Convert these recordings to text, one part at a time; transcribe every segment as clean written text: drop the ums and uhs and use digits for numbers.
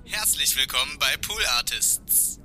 Herzlich willkommen bei Pool Artists.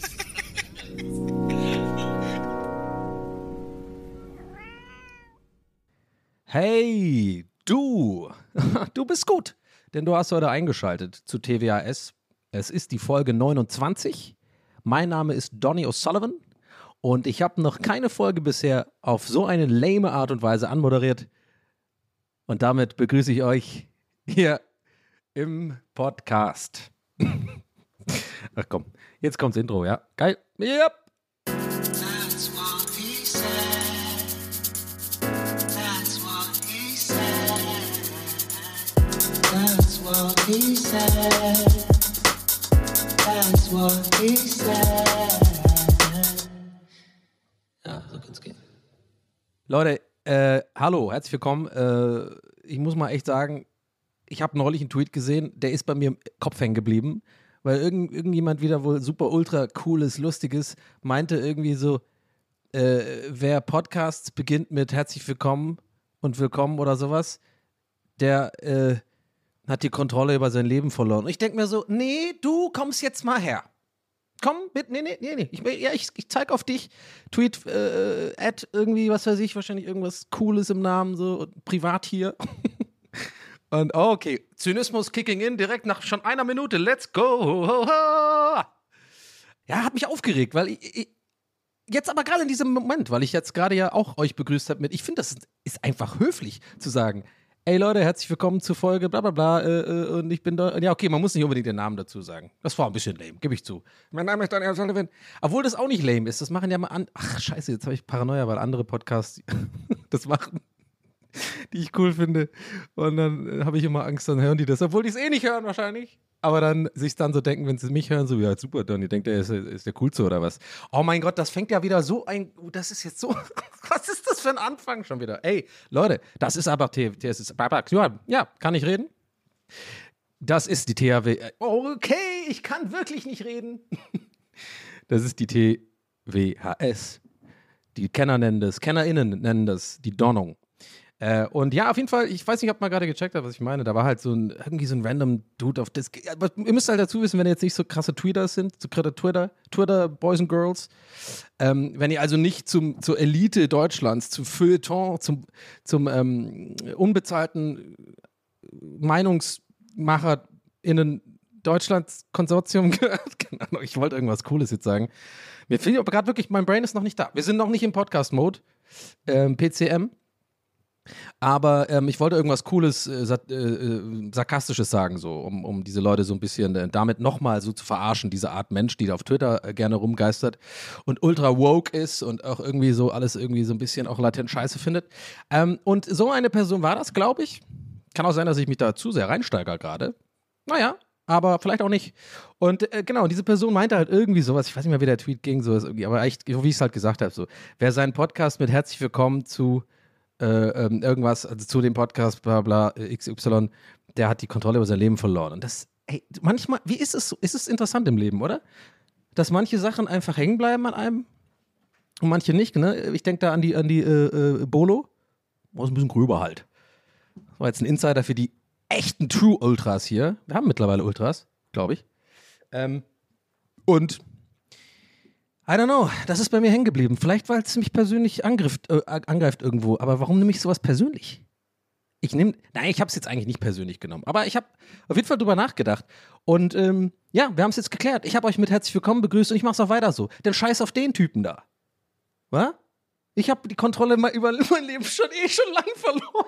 Hey, du bist gut, denn du hast heute eingeschaltet zu TWAS. Es ist die Folge 29. Mein Name ist Donny O'Sullivan und ich habe noch keine Folge bisher auf so eine lame Art und Weise anmoderiert. Und damit begrüße ich euch hier im Podcast. Ach komm, jetzt kommt's Intro, ja? Geil. Yep. That's what he said. That's what he said. That's what he said. That's what he said. Ja, so kann's gehen. Leute, hallo, herzlich willkommen. Ich muss mal echt sagen, ich habe neulich einen Tweet gesehen, der ist bei mir im Kopf hängen geblieben, weil irgendjemand wieder wohl super ultra cooles, lustiges meinte irgendwie so, wer Podcasts beginnt mit herzlich willkommen und willkommen oder sowas, der hat die Kontrolle über sein Leben verloren. Und ich denke mir so, nee, du kommst jetzt mal her. Komm, bitte, nee. Ich zeig auf dich. Tweet, Add irgendwie, was weiß ich, wahrscheinlich irgendwas Cooles im Namen, so privat hier. Und okay, Zynismus kicking in, direkt nach schon einer Minute. Let's go. Ja, hat mich aufgeregt, weil ich jetzt aber gerade in diesem Moment, weil ich jetzt gerade ja auch euch begrüßt habe mit, ich finde, das ist einfach höflich zu sagen, ey Leute, herzlich willkommen zur Folge, bla bla bla, und ich bin da, ja okay, man muss nicht unbedingt den Namen dazu sagen. Das war ein bisschen lame, gebe ich zu. Mein Name ist Daniel Sullivan. Obwohl das auch nicht lame ist, das machen ja mal ach scheiße, jetzt habe ich Paranoia, weil andere Podcasts das machen, die ich cool finde. Und dann habe ich immer Angst, dann hören die das, obwohl die es eh nicht hören wahrscheinlich. Aber dann sich dann so denken, wenn sie mich hören, so, ja super, dann denkt der ist der Coolste oder was. Oh mein Gott, das fängt ja wieder so ein, das ist jetzt so, was ist das für ein Anfang schon wieder? Ey, Leute, das ist aber, ja, kann ich reden? Das ist die THW, okay, ich kann wirklich nicht reden. Das ist die TWHS. Die Kenner nennen das, KennerInnen nennen das die Donnung. Und ja, auf jeden Fall, ich weiß nicht, ob man gerade gecheckt hat, was ich meine. Da war halt irgendwie so ein random Dude auf das. Aber ihr müsst halt dazu wissen, wenn ihr jetzt nicht so krasse Tweeters sind, so Twitter Boys and Girls, wenn ihr also nicht zur Elite Deutschlands, zum Feuilleton, zum unbezahlten MeinungsmacherInnen Deutschlands Konsortium gehört. Keine Ahnung, ich wollte irgendwas Cooles jetzt sagen. Mir fehlt aber gerade wirklich, mein Brain ist noch nicht da. Wir sind noch nicht im Podcast-Mode. PCM. Aber ich wollte irgendwas Cooles, Sarkastisches sagen, so, um diese Leute so ein bisschen damit nochmal so zu verarschen, diese Art Mensch, die da auf Twitter gerne rumgeistert und ultra woke ist und auch irgendwie so alles irgendwie so ein bisschen auch latent scheiße findet. Und so eine Person war das, glaube ich. Kann auch sein, dass ich mich da zu sehr reinsteigere gerade. Naja, aber vielleicht auch nicht. Und genau, diese Person meinte halt irgendwie sowas, ich weiß nicht mehr, wie der Tweet ging, so ist irgendwie, aber echt, wie ich es halt gesagt habe, so, wer seinen Podcast mit herzlich willkommen zu irgendwas, also zu dem Podcast, bla bla, XY, der hat die Kontrolle über sein Leben verloren. Und das, ey, manchmal, wie ist es so? Ist es interessant im Leben, oder? Dass manche Sachen einfach hängen bleiben an einem und manche nicht, ne? Ich denke da an die Bolo. Oh, ist ein bisschen gröber halt. Das war jetzt ein Insider für die echten True Ultras hier. Wir haben mittlerweile Ultras, glaube ich. Und I don't know, das ist bei mir hängen geblieben. Vielleicht, weil es mich persönlich angreift irgendwo. Aber warum nehme ich sowas persönlich? Ich habe es jetzt eigentlich nicht persönlich genommen. Aber ich habe auf jeden Fall drüber nachgedacht. Und ja, wir haben es jetzt geklärt. Ich habe euch mit herzlich willkommen begrüßt und ich mache es auch weiter so. Denn scheiß auf den Typen da. Was? Ich habe die Kontrolle mal über mein Leben schon lang verloren.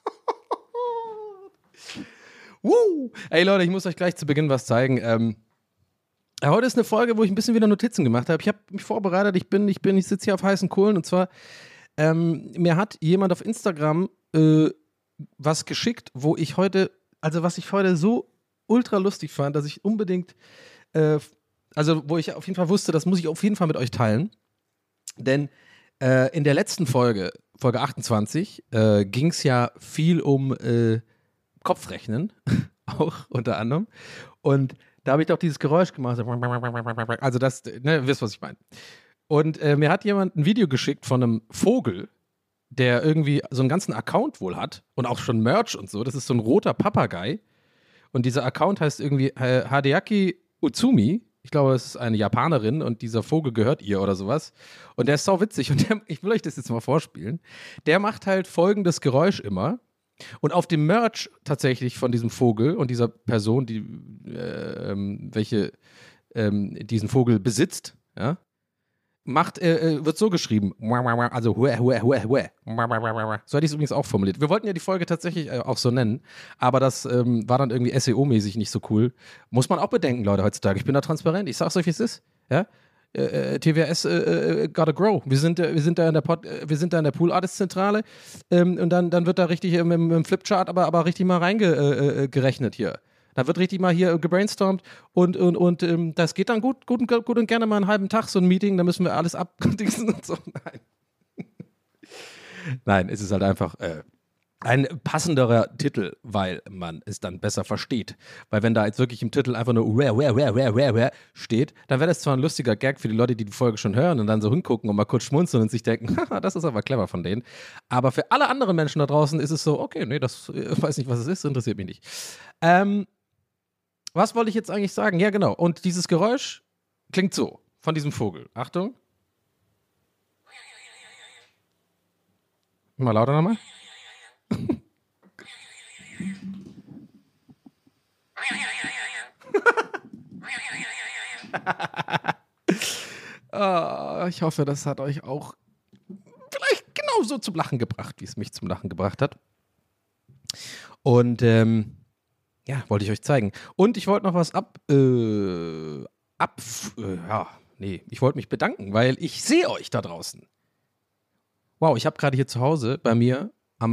Ey Leute, ich muss euch gleich zu Beginn was zeigen. Heute ist eine Folge, wo ich ein bisschen wieder Notizen gemacht habe. Ich habe mich vorbereitet, ich sitze hier auf heißen Kohlen und zwar, mir hat jemand auf Instagram was geschickt, was ich heute so ultra lustig fand, dass ich unbedingt, wo ich auf jeden Fall wusste, das muss ich auf jeden Fall mit euch teilen. Denn in der letzten Folge 28, ging es ja viel um Kopfrechnen, auch unter anderem. Und da habe ich doch dieses Geräusch gemacht. Also das, ne, wisst, was ich meine. Und mir hat jemand ein Video geschickt von einem Vogel, der irgendwie so einen ganzen Account wohl hat und auch schon Merch und so. Das ist so ein roter Papagei. Und dieser Account heißt irgendwie Hideaki Utsumi. Ich glaube, es ist eine Japanerin und dieser Vogel gehört ihr oder sowas. Und der ist sau witzig. Und ich will euch das jetzt mal vorspielen. Der macht halt folgendes Geräusch immer. Und auf dem Merch tatsächlich von diesem Vogel und dieser Person, die welche diesen Vogel besitzt, ja, wird so geschrieben. Also, so hätte ich es übrigens auch formuliert. Wir wollten ja die Folge tatsächlich auch so nennen, aber das war dann irgendwie SEO-mäßig nicht so cool. Muss man auch bedenken, Leute, heutzutage. Ich bin da transparent. Ich sag's euch, wie es ist. Ja? TWS gotta grow. Wir sind da in der Pool-Artist-Zentrale und dann wird da richtig im Flipchart aber richtig mal reingerechnet hier. Da wird richtig mal hier gebrainstormt und das geht dann gut und gerne mal einen halben Tag, so ein Meeting, da müssen wir alles abdingsen und so. Nein, es ist halt einfach ein passenderer Titel, weil man es dann besser versteht. Weil wenn da jetzt wirklich im Titel einfach nur where steht, dann wäre das zwar ein lustiger Gag für die Leute, die die Folge schon hören und dann so hingucken und mal kurz schmunzeln und sich denken, haha, das ist aber clever von denen. Aber für alle anderen Menschen da draußen ist es so, okay, nee, das weiß nicht, was es ist, interessiert mich nicht. Was wollte ich jetzt eigentlich sagen? Ja, genau. Und dieses Geräusch klingt so, von diesem Vogel. Achtung. Mal lauter nochmal. Ich hoffe, das hat euch auch vielleicht genauso zum Lachen gebracht, wie es mich zum Lachen gebracht hat. Und ja, wollte ich euch zeigen. Und ich wollte noch was ich wollte mich bedanken, weil ich sehe euch da draußen. Wow, ich habe gerade hier zu Hause bei mir an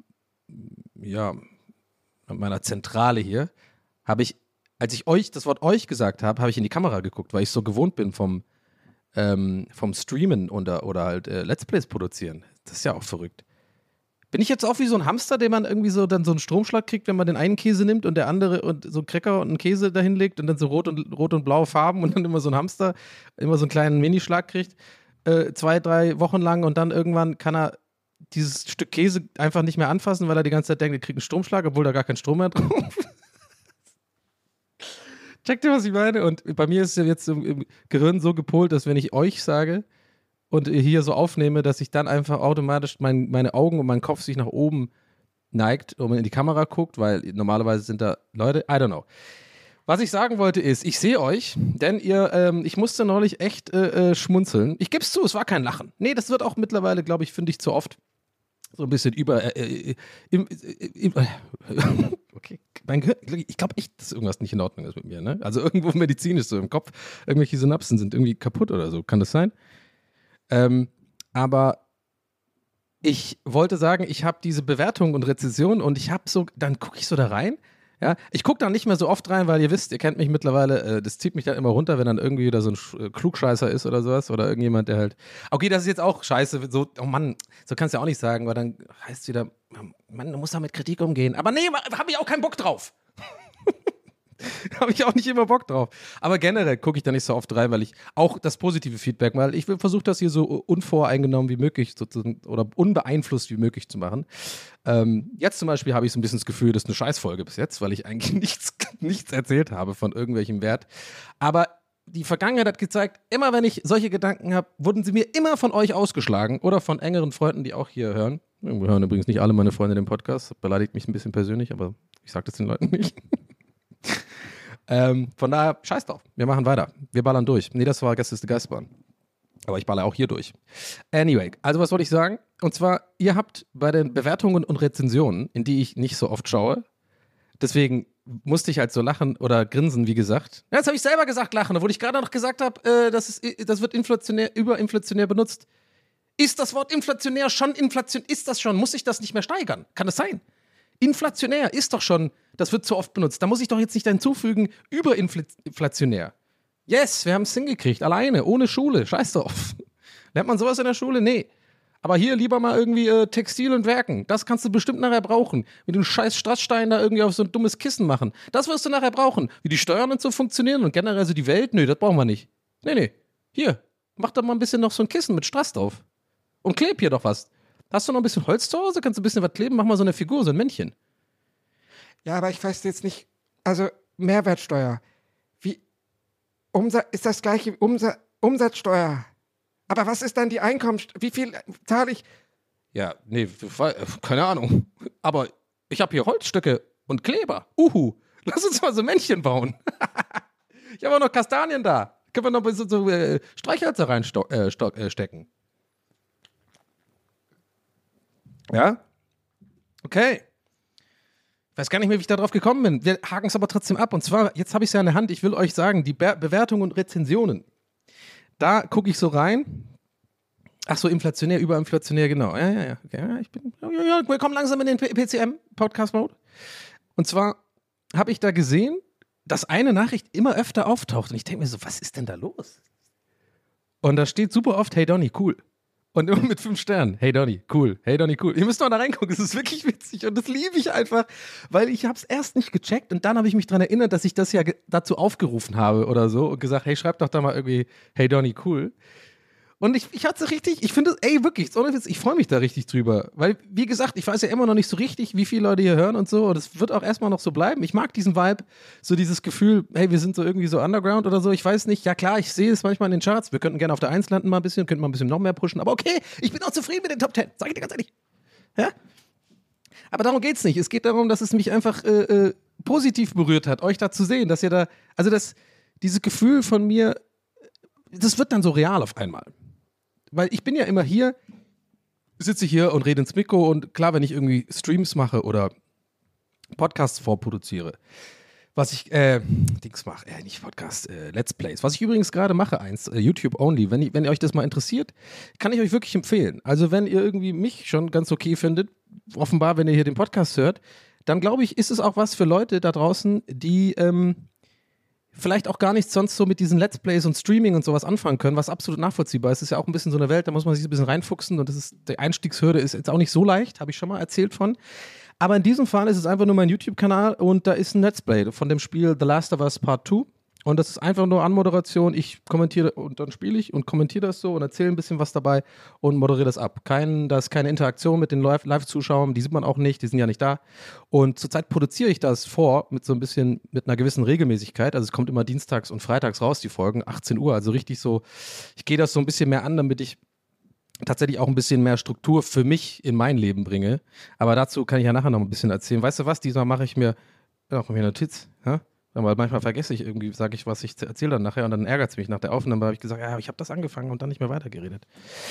meiner Zentrale hier, als ich euch das Wort euch gesagt habe, habe ich in die Kamera geguckt, weil ich so gewohnt bin vom Streamen oder halt Let's Plays produzieren. Das ist ja auch verrückt. Bin ich jetzt auch wie so ein Hamster, den man irgendwie so dann so einen Stromschlag kriegt, wenn man den einen Käse nimmt und der andere und so einen Cracker und einen Käse dahin legt und dann so rot und blaue Farben und dann immer so ein Hamster immer so einen kleinen Minischlag kriegt, 2-3 Wochen lang und dann irgendwann kann er dieses Stück Käse einfach nicht mehr anfassen, weil er die ganze Zeit denkt, er kriegt einen Stromschlag, obwohl da gar kein Strom mehr drauf ist. Checkt ihr, was ich meine? Und bei mir ist es ja jetzt im Gehirn so gepolt, dass wenn ich euch sage und hier so aufnehme, dass ich dann einfach automatisch meine Augen und mein Kopf sich nach oben neigt und in die Kamera guckt, weil normalerweise sind da Leute, I don't know. Was ich sagen wollte ist, ich sehe euch, denn ich musste neulich echt schmunzeln. Ich gebe es zu, es war kein Lachen. Nee, das wird auch mittlerweile, glaube ich, finde ich zu oft so ein bisschen okay, mein Gehirn, ich glaube echt, dass irgendwas nicht in Ordnung ist mit mir, ne? Also irgendwo medizinisch so im Kopf, irgendwelche Synapsen sind irgendwie kaputt oder so, kann das sein? Aber ich wollte sagen, ich habe diese Bewertung und Rezension und dann gucke ich so da rein. Ja, ich gucke da nicht mehr so oft rein, weil ihr wisst, ihr kennt mich mittlerweile, das zieht mich dann immer runter, wenn dann irgendwie wieder so ein Klugscheißer ist oder sowas oder irgendjemand, der halt, okay, das ist jetzt auch scheiße, so, oh Mann, so kannst du ja auch nicht sagen, weil dann heißt es wieder, Mann, du musst da mit Kritik umgehen. Aber nee, habe ich auch keinen Bock drauf. Habe ich auch nicht immer Bock drauf. Aber generell gucke ich da nicht so oft rein, weil ich auch das positive Feedback, weil ich versuche das hier so unvoreingenommen wie möglich oder unbeeinflusst wie möglich zu machen. Jetzt zum Beispiel habe ich so ein bisschen das Gefühl, das ist eine Scheißfolge bis jetzt, weil ich eigentlich nichts erzählt habe von irgendwelchem Wert. Aber die Vergangenheit hat gezeigt, immer wenn ich solche Gedanken habe, wurden sie mir immer von euch ausgeschlagen oder von engeren Freunden, die auch hier hören. Wir hören übrigens nicht alle meine Freunde den Podcast, das beleidigt mich ein bisschen persönlich, aber ich sage das den Leuten nicht. Von daher, scheiß drauf, wir machen weiter. Wir ballern durch. Nee, das war Gäste ist die Geistbahn. Aber ich baller auch hier durch. Anyway, also was wollte ich sagen? Und zwar, ihr habt bei den Bewertungen und Rezensionen, in die ich nicht so oft schaue, deswegen musste ich halt so lachen oder grinsen, wie gesagt. Ja, jetzt habe ich selber gesagt lachen, obwohl ich gerade noch gesagt habe, das wird überinflationär benutzt. Ist das Wort inflationär schon inflationär? Ist das schon? Muss ich das nicht mehr steigern? Kann das sein? Inflationär ist doch schon, das wird zu oft benutzt. Da muss ich doch jetzt nicht hinzufügen, überinflationär. Yes, wir haben es hingekriegt, alleine, ohne Schule, scheiß drauf. Lernt man sowas in der Schule? Nee. Aber hier lieber mal irgendwie Textil und Werken. Das kannst du bestimmt nachher brauchen. Mit dem scheiß Strassstein da irgendwie auf so ein dummes Kissen machen. Das wirst du nachher brauchen. Wie die Steuern und so funktionieren und generell so die Welt. Nö, das brauchen wir nicht. Nee. Hier, mach doch mal ein bisschen noch so ein Kissen mit Strass drauf. Und kleb hier doch was. Hast du noch ein bisschen Holz zu Hause? Kannst du ein bisschen was kleben? Mach mal so eine Figur, so ein Männchen. Ja, aber ich weiß jetzt nicht, Also Mehrwertsteuer. Wie? Ist das gleiche wie Umsatzsteuer. Aber was ist dann die Einkommensteuer? Wie viel zahle ich? Ja, nee, keine Ahnung. Aber ich habe hier Holzstücke und Kleber. Lass uns mal so Männchen bauen. Ich habe auch noch Kastanien da. Können wir noch so Streichhölzer reinstecken. Ja? Okay. Ich weiß gar nicht mehr, wie ich da drauf gekommen bin. Wir haken es aber trotzdem ab. Und zwar, jetzt habe ich es ja in der Hand. Ich will euch sagen, die Bewertungen und Rezensionen. Da gucke ich so rein. Ach so, inflationär, überinflationär, genau. Ja. Okay. Wir kommen langsam in den PCM-Podcast-Mode. Und zwar habe ich da gesehen, dass eine Nachricht immer öfter auftaucht. Und ich denke mir so, was ist denn da los? Und da steht super oft, hey Donny, cool. Und immer mit 5 Sternen. Hey Donny, cool. Hey Donny, cool. Ihr müsst mal da reingucken, es ist wirklich witzig. Und das liebe ich einfach, weil ich habe es erst nicht gecheckt und dann habe ich mich daran erinnert, dass ich das ja dazu aufgerufen habe oder so und gesagt, hey, schreib doch da mal irgendwie, hey Donny, cool. Und ich hatte es richtig, ich finde, wirklich, ohne Witz, ich freue mich da richtig drüber. Weil, wie gesagt, ich weiß ja immer noch nicht so richtig, wie viele Leute hier hören und so. Und es wird auch erstmal noch so bleiben. Ich mag diesen Vibe, so dieses Gefühl, hey, wir sind so irgendwie so underground oder so. Ich weiß nicht, ja klar, ich sehe es manchmal in den Charts. Wir könnten gerne auf der 1 landen mal ein bisschen, könnten mal ein bisschen noch mehr pushen. Aber okay, ich bin auch zufrieden mit den Top 10, sag ich dir ganz ehrlich. Ja? Aber darum geht's nicht. Es geht darum, dass es mich einfach positiv berührt hat, euch da zu sehen, dass ihr da, also dieses Gefühl von mir, das wird dann so real auf einmal. Weil ich bin ja immer hier, sitze hier und rede ins Mikro und klar, wenn ich irgendwie Streams mache oder Podcasts vorproduziere, was ich, Dings mache, nicht Podcast, Let's Plays, was ich übrigens gerade mache, YouTube only, wenn ihr euch das mal interessiert, kann ich euch wirklich empfehlen. Also wenn ihr irgendwie mich schon ganz okay findet, offenbar, wenn ihr hier den Podcast hört, dann glaube ich, ist es auch was für Leute da draußen, die, vielleicht auch gar nichts sonst so mit diesen Let's Plays und Streaming und sowas anfangen können, was absolut nachvollziehbar ist. Es ist ja auch ein bisschen so eine Welt, da muss man sich ein bisschen reinfuchsen und die Einstiegshürde ist jetzt auch nicht so leicht, habe ich schon mal erzählt von. Aber in diesem Fall ist es einfach nur mein YouTube-Kanal und da ist ein Let's Play von dem Spiel The Last of Us Part 2 und das ist einfach nur Anmoderation. Ich kommentiere und dann spiele ich und kommentiere das so und erzähle ein bisschen was dabei und moderiere das ab. Da ist keine Interaktion mit den Live-Zuschauern, die sieht man auch nicht, die sind ja nicht da. Und zurzeit produziere ich das mit so ein bisschen, mit einer gewissen Regelmäßigkeit. Also es kommt immer dienstags und freitags raus, die Folgen, 18 Uhr. Also richtig so, ich gehe das so ein bisschen mehr an, damit ich tatsächlich auch ein bisschen mehr Struktur für mich in mein Leben bringe. Aber dazu kann ich ja nachher noch ein bisschen erzählen. Weißt du was, diesmal mache ich mir noch eine Notiz, ja? Weil manchmal vergesse ich irgendwie, sage ich, was ich erzähle dann nachher und dann ärgert es mich nach der Aufnahme. habe ich gesagt, ja, ich habe das angefangen und dann nicht mehr weitergeredet.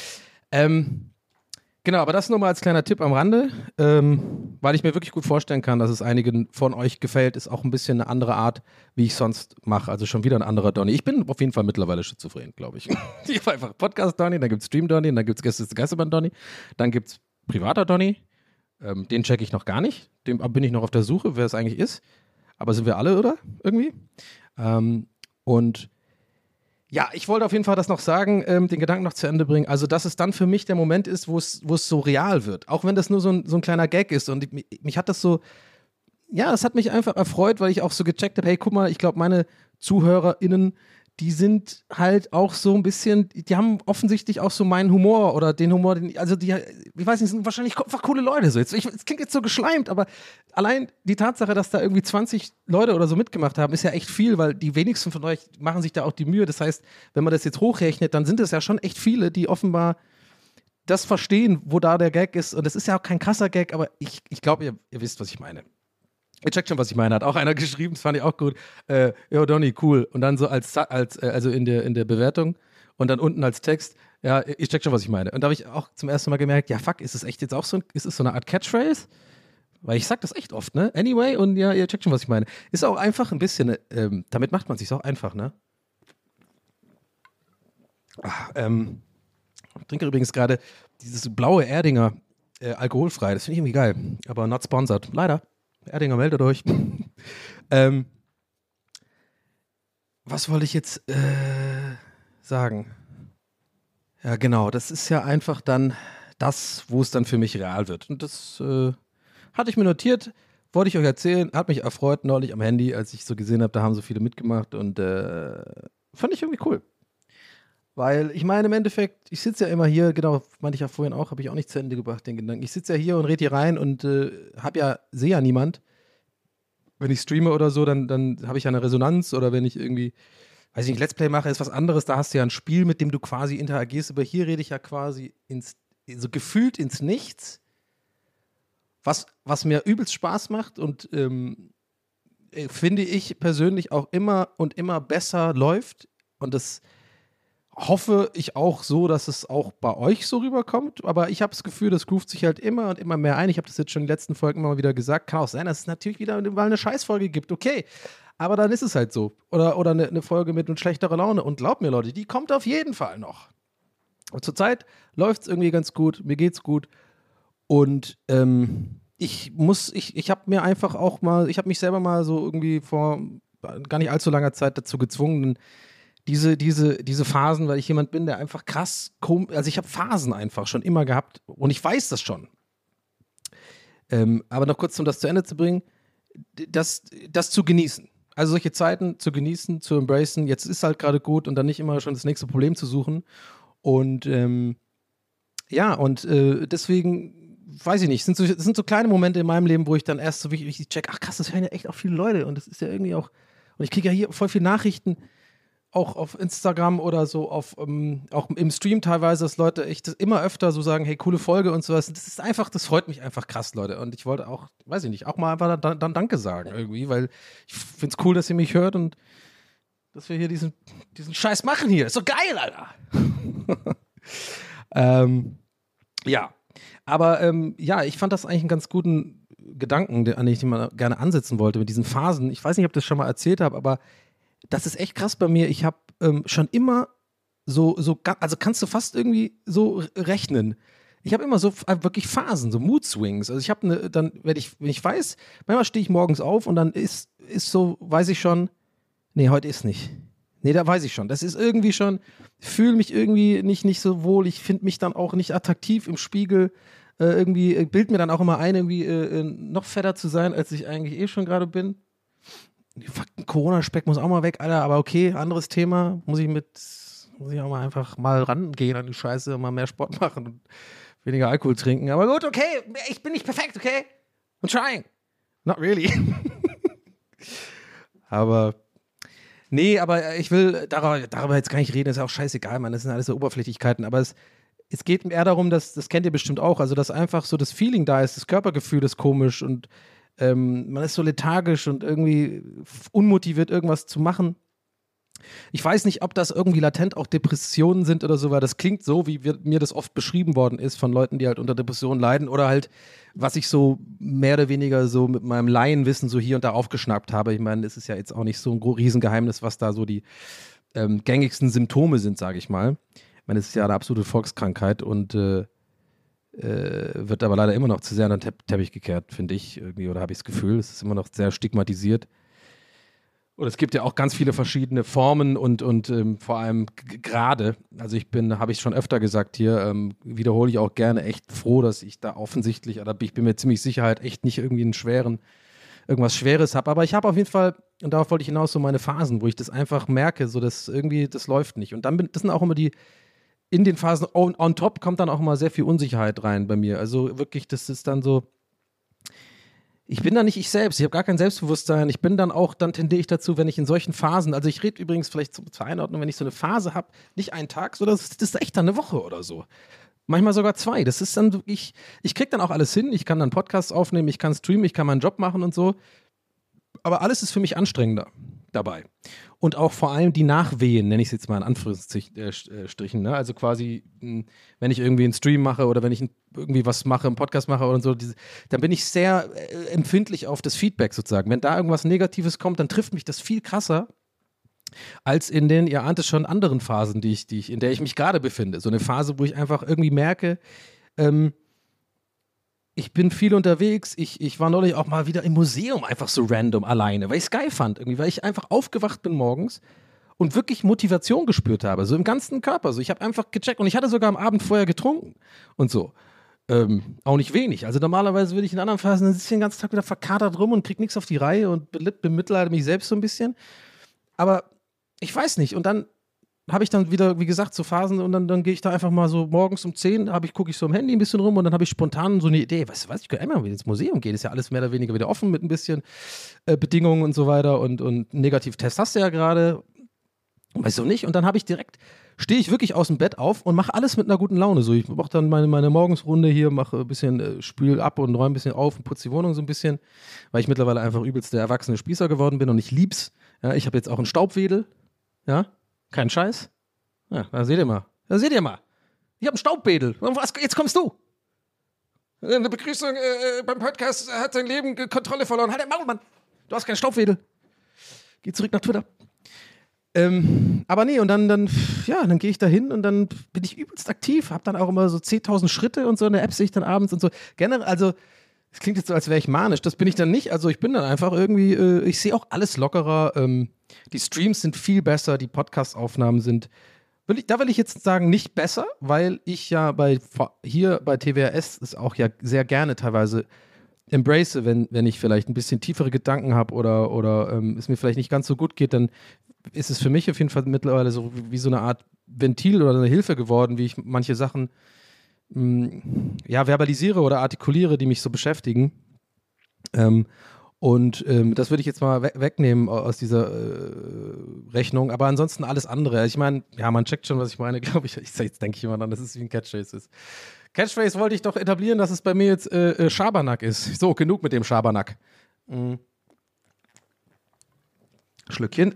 Genau, aber das nur mal als kleiner Tipp am Rande, weil ich mir wirklich gut vorstellen kann, dass es einigen von euch gefällt, ist auch ein bisschen eine andere Art, wie ich sonst mache. Also schon wieder ein anderer Donny. Ich bin auf jeden Fall mittlerweile schizophren, glaube ich. Ich habe einfach Podcast-Donny, dann gibt es Stream-Donny, dann gibt es Geisterbahn-Donny, dann gibt es privater Donny. Den checke ich noch gar nicht. Dem bin ich noch auf der Suche, wer es eigentlich ist. Aber sind wir alle, oder? Irgendwie. Und ja, ich wollte auf jeden Fall das noch sagen, den Gedanken noch zu Ende bringen. Also, dass es dann für mich der Moment ist, wo es so real wird. Auch wenn das nur so ein kleiner Gag ist. Und mich hat das so, ja, das hat mich einfach erfreut, weil ich auch so gecheckt habe, hey, guck mal, ich glaube, meine ZuhörerInnen, die sind halt auch so ein bisschen, die haben offensichtlich auch so meinen Humor oder den Humor, ich weiß nicht, sind wahrscheinlich einfach coole Leute. So. Es klingt jetzt so geschleimt, aber allein die Tatsache, dass da irgendwie 20 Leute oder so mitgemacht haben, ist ja echt viel, weil die wenigsten von euch machen sich da auch die Mühe. Das heißt, wenn man das jetzt hochrechnet, dann sind es ja schon echt viele, die offenbar das verstehen, wo da der Gag ist. Und das ist ja auch kein krasser Gag, aber ich glaube, ihr wisst, was ich meine. Ihr checkt schon, was ich meine. Hat auch einer geschrieben, das fand ich auch gut. Jo, Donny, cool. Und dann so also in der Bewertung und dann unten als Text, ja, ich check schon, was ich meine. Und da habe ich auch zum ersten Mal gemerkt, ja, fuck, ist es echt jetzt auch ist es so eine Art Catchphrase? Weil ich sag das echt oft, ne? Anyway, und ja, ihr checkt schon, was ich meine. Ist auch einfach ein bisschen, damit macht man es sich auch einfach, ne? Ich trinke übrigens gerade dieses blaue Erdinger, alkoholfrei. Das finde ich irgendwie geil, aber not sponsored. Leider. Erdinger, meldet euch. Was wollte ich jetzt sagen? Ja, genau, das ist ja einfach dann das, wo es dann für mich real wird. Und das hatte ich mir notiert, wollte ich euch erzählen, hat mich erfreut neulich am Handy, als ich so gesehen habe, da haben so viele mitgemacht und fand ich irgendwie cool. Weil ich meine, im Endeffekt, ich sitze ja immer hier, genau, meinte ich ja vorhin auch, habe ich auch nicht zu Ende gebracht, den Gedanken. Ich sitze ja hier und rede hier rein und sehe ja niemand. wenn ich streame oder so, dann habe ich ja eine Resonanz oder wenn ich irgendwie, weiß ich nicht, Let's Play mache, ist was anderes, da hast du ja ein Spiel, mit dem du quasi interagierst, aber hier rede ich ja quasi so gefühlt ins Nichts, was mir übelst Spaß macht und finde ich persönlich auch immer und immer besser läuft und das hoffe ich auch so, dass es auch bei euch so rüberkommt, aber ich habe das Gefühl, das groovt sich halt immer und immer mehr ein. Ich habe das jetzt schon in den letzten Folgen immer mal wieder gesagt. Kann auch sein, dass es natürlich wieder mal eine Scheißfolge gibt, okay, aber dann ist es halt so. Oder eine Folge mit schlechterer Laune und glaubt mir, Leute, die kommt auf jeden Fall noch. Und zurzeit läuft es irgendwie ganz gut, mir geht's gut und ich habe mir einfach auch mal, ich habe mich selber mal so irgendwie vor gar nicht allzu langer Zeit dazu gezwungen, diese Phasen, weil ich jemand bin, der einfach krass also ich habe Phasen einfach schon immer gehabt und ich weiß das schon. Aber noch kurz, um das zu Ende zu bringen, das zu genießen. Also solche Zeiten zu genießen, zu embracen, jetzt ist halt gerade gut und dann nicht immer schon das nächste Problem zu suchen. Und deswegen weiß ich nicht, das sind so kleine Momente in meinem Leben, wo ich dann erst so richtig check, ach krass, das hören ja echt auch viele Leute und das ist ja irgendwie auch, und ich kriege ja hier voll viele Nachrichten, auch auf Instagram oder so, auch im Stream teilweise, dass Leute echt immer öfter so sagen, hey, coole Folge und sowas. Das ist einfach, das freut mich einfach krass, Leute. Und ich wollte auch, weiß ich nicht, auch mal einfach dann Danke sagen irgendwie, weil ich finde es cool, dass ihr mich hört und dass wir hier diesen Scheiß machen hier. Ist so geil, Alter. Ja. Aber ich fand das eigentlich einen ganz guten Gedanken, an den ich mal gerne ansetzen wollte mit diesen Phasen. Ich weiß nicht, ob ich das schon mal erzählt habe, aber das ist echt krass bei mir. Ich habe schon immer also kannst du fast irgendwie so rechnen. Ich habe immer so wirklich Phasen, so Mood-Swings. Also ich habe wenn ich weiß, manchmal stehe ich morgens auf und dann ist so, weiß ich schon, nee, heute ist nicht. Nee, da weiß ich schon. Das ist irgendwie schon, fühle mich irgendwie nicht so wohl. Ich finde mich dann auch nicht attraktiv im Spiegel. Irgendwie bild mir dann auch immer ein, irgendwie noch fetter zu sein, als ich eigentlich eh schon gerade bin. Corona-Speck muss auch mal weg, Alter, aber okay, anderes Thema. Muss ich auch mal einfach mal rangehen an die Scheiße, mal mehr Sport machen und weniger Alkohol trinken. Aber gut, okay, ich bin nicht perfekt, okay? I'm trying. Not really. Aber ich will darüber jetzt gar nicht reden, das ist auch scheißegal, Mann, das sind alles so Oberflächlichkeiten, aber es geht eher darum, dass, das kennt ihr bestimmt auch, also dass einfach so das Feeling da ist, das Körpergefühl ist komisch und man ist so lethargisch und irgendwie unmotiviert, irgendwas zu machen. Ich weiß nicht, ob das irgendwie latent auch Depressionen sind oder so, weil das klingt so, wie mir das oft beschrieben worden ist von Leuten, die halt unter Depressionen leiden oder halt, was ich so mehr oder weniger so mit meinem Laienwissen so hier und da aufgeschnappt habe. Ich meine, es ist ja jetzt auch nicht so ein Riesengeheimnis, was da so die gängigsten Symptome sind, sage ich mal. Ich meine, es ist ja eine absolute Volkskrankheit und wird aber leider immer noch zu sehr an den Teppich gekehrt, finde ich, irgendwie, oder habe ich das Gefühl, es ist immer noch sehr stigmatisiert. Und es gibt ja auch ganz viele verschiedene Formen und vor allem Grade. Also habe ich schon öfter gesagt hier, wiederhole ich auch gerne, echt froh, dass ich da offensichtlich, oder ich bin mir ziemlich sicher halt echt nicht irgendwie irgendwas Schweres habe. Aber ich habe auf jeden Fall, und darauf wollte ich hinaus, so meine Phasen, wo ich das einfach merke, so dass irgendwie, das läuft nicht. Und dann das sind auch immer in den Phasen on top kommt dann auch immer sehr viel Unsicherheit rein bei mir. Also wirklich, das ist dann so, ich bin da nicht ich selbst, ich habe gar kein Selbstbewusstsein. Ich bin dann tendiere ich dazu, wenn ich in solchen Phasen, also ich rede übrigens vielleicht zur Einordnung, wenn ich so eine Phase habe, nicht einen Tag, sondern das ist echt dann eine Woche oder so. Manchmal sogar 2. Das ist dann wirklich, ich kriege dann auch alles hin, ich kann dann Podcasts aufnehmen, ich kann streamen, ich kann meinen Job machen und so. Aber alles ist für mich anstrengender dabei. Und auch vor allem die Nachwehen, nenne ich es jetzt mal in Anführungsstrichen. Ne? Also quasi, wenn ich irgendwie einen Stream mache oder wenn ich irgendwie was mache, einen Podcast mache oder so, dann bin ich sehr empfindlich auf das Feedback sozusagen. Wenn da irgendwas Negatives kommt, dann trifft mich das viel krasser als in den, ihr ahnt es schon, anderen Phasen, in der ich mich gerade befinde. So eine Phase, wo ich einfach irgendwie merke, ich bin viel unterwegs. Ich war neulich auch mal wieder im Museum, einfach so random alleine, weil ich es geil fand, irgendwie, weil ich einfach aufgewacht bin morgens und wirklich Motivation gespürt habe, so im ganzen Körper. So, ich habe einfach gecheckt und ich hatte sogar am Abend vorher getrunken und so. Auch nicht wenig. Also normalerweise würde ich in anderen Phasen, dann sitze ich den ganzen Tag wieder verkatert rum und krieg nichts auf die Reihe und bemitleide mich selbst so ein bisschen. Aber ich weiß nicht. Und dann habe ich dann wieder, wie gesagt, so Phasen und dann gehe ich da einfach mal so morgens um 10, gucke ich so am Handy ein bisschen rum und dann habe ich spontan so eine Idee, weißt du was, ich könnte einmal wieder ins Museum gehen, ist ja alles mehr oder weniger wieder offen mit ein bisschen Bedingungen und so weiter und Negativtest hast du ja gerade, weißt du nicht, und dann stehe ich wirklich aus dem Bett auf und mache alles mit einer guten Laune, so ich mache dann meine Morgensrunde hier, mache ein bisschen, spül ab und räume ein bisschen auf und putze die Wohnung so ein bisschen, weil ich mittlerweile einfach übelst der erwachsene Spießer geworden bin und ich lieb's, ja, ich habe jetzt auch einen Staubwedel, ja, kein Scheiß. Ja, da seht ihr mal. Ich habe einen Staubbedel. Jetzt kommst du. Eine Begrüßung beim Podcast hat sein Leben Kontrolle verloren. Halt den Maul, Mann. Du hast keinen Staubwedel. Geh zurück nach Twitter. Aber nee, und dann gehe ich da hin und dann bin ich übelst aktiv. Hab dann auch immer so 10.000 Schritte und so in der App sehe ich dann abends und so. Generell, also es klingt jetzt so, als wäre ich manisch. Das bin ich dann nicht. Also ich bin dann einfach irgendwie, ich sehe auch alles lockerer. Die Streams sind viel besser, die Podcast-Aufnahmen sind, da will ich jetzt sagen, nicht besser, weil ich ja hier bei TWRS es auch ja sehr gerne teilweise embrace, wenn ich vielleicht ein bisschen tiefere Gedanken habe oder es mir vielleicht nicht ganz so gut geht, dann ist es für mich auf jeden Fall mittlerweile so wie so eine Art Ventil oder eine Hilfe geworden, wie ich manche Sachen verbalisiere oder artikuliere, die mich so beschäftigen. Das würde ich jetzt mal wegnehmen aus dieser Rechnung, aber ansonsten alles andere. Ich meine, ja, man checkt schon, was ich meine, glaube ich. Jetzt denke ich immer dann, dass es wie ein Catchphrase ist. Catchphrase wollte ich doch etablieren, dass es bei mir jetzt Schabernack ist. So, genug mit dem Schabernack. Schlückchen.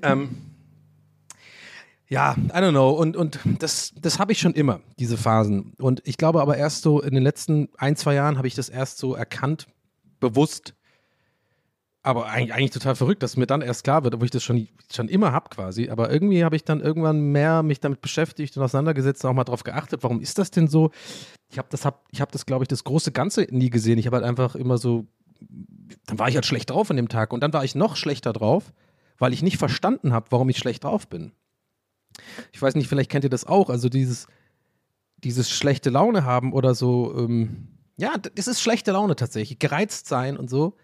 Ja, I don't know. Und das habe ich schon immer, diese Phasen. Und ich glaube aber erst so in den letzten 1-2 Jahren habe ich das erst so erkannt, bewusst. Aber eigentlich total verrückt, dass mir dann erst klar wird, obwohl ich das schon immer habe quasi. Aber irgendwie habe ich dann irgendwann mehr mich damit beschäftigt und auseinandergesetzt und auch mal drauf geachtet, warum ist das denn so? Ich habe das, glaube ich, das große Ganze nie gesehen. Ich habe halt einfach immer so, dann war ich halt schlecht drauf an dem Tag und dann war ich noch schlechter drauf, weil ich nicht verstanden habe, warum ich schlecht drauf bin. Ich weiß nicht, vielleicht kennt ihr das auch, also dieses schlechte Laune haben oder so, es ist schlechte Laune tatsächlich, gereizt sein und so,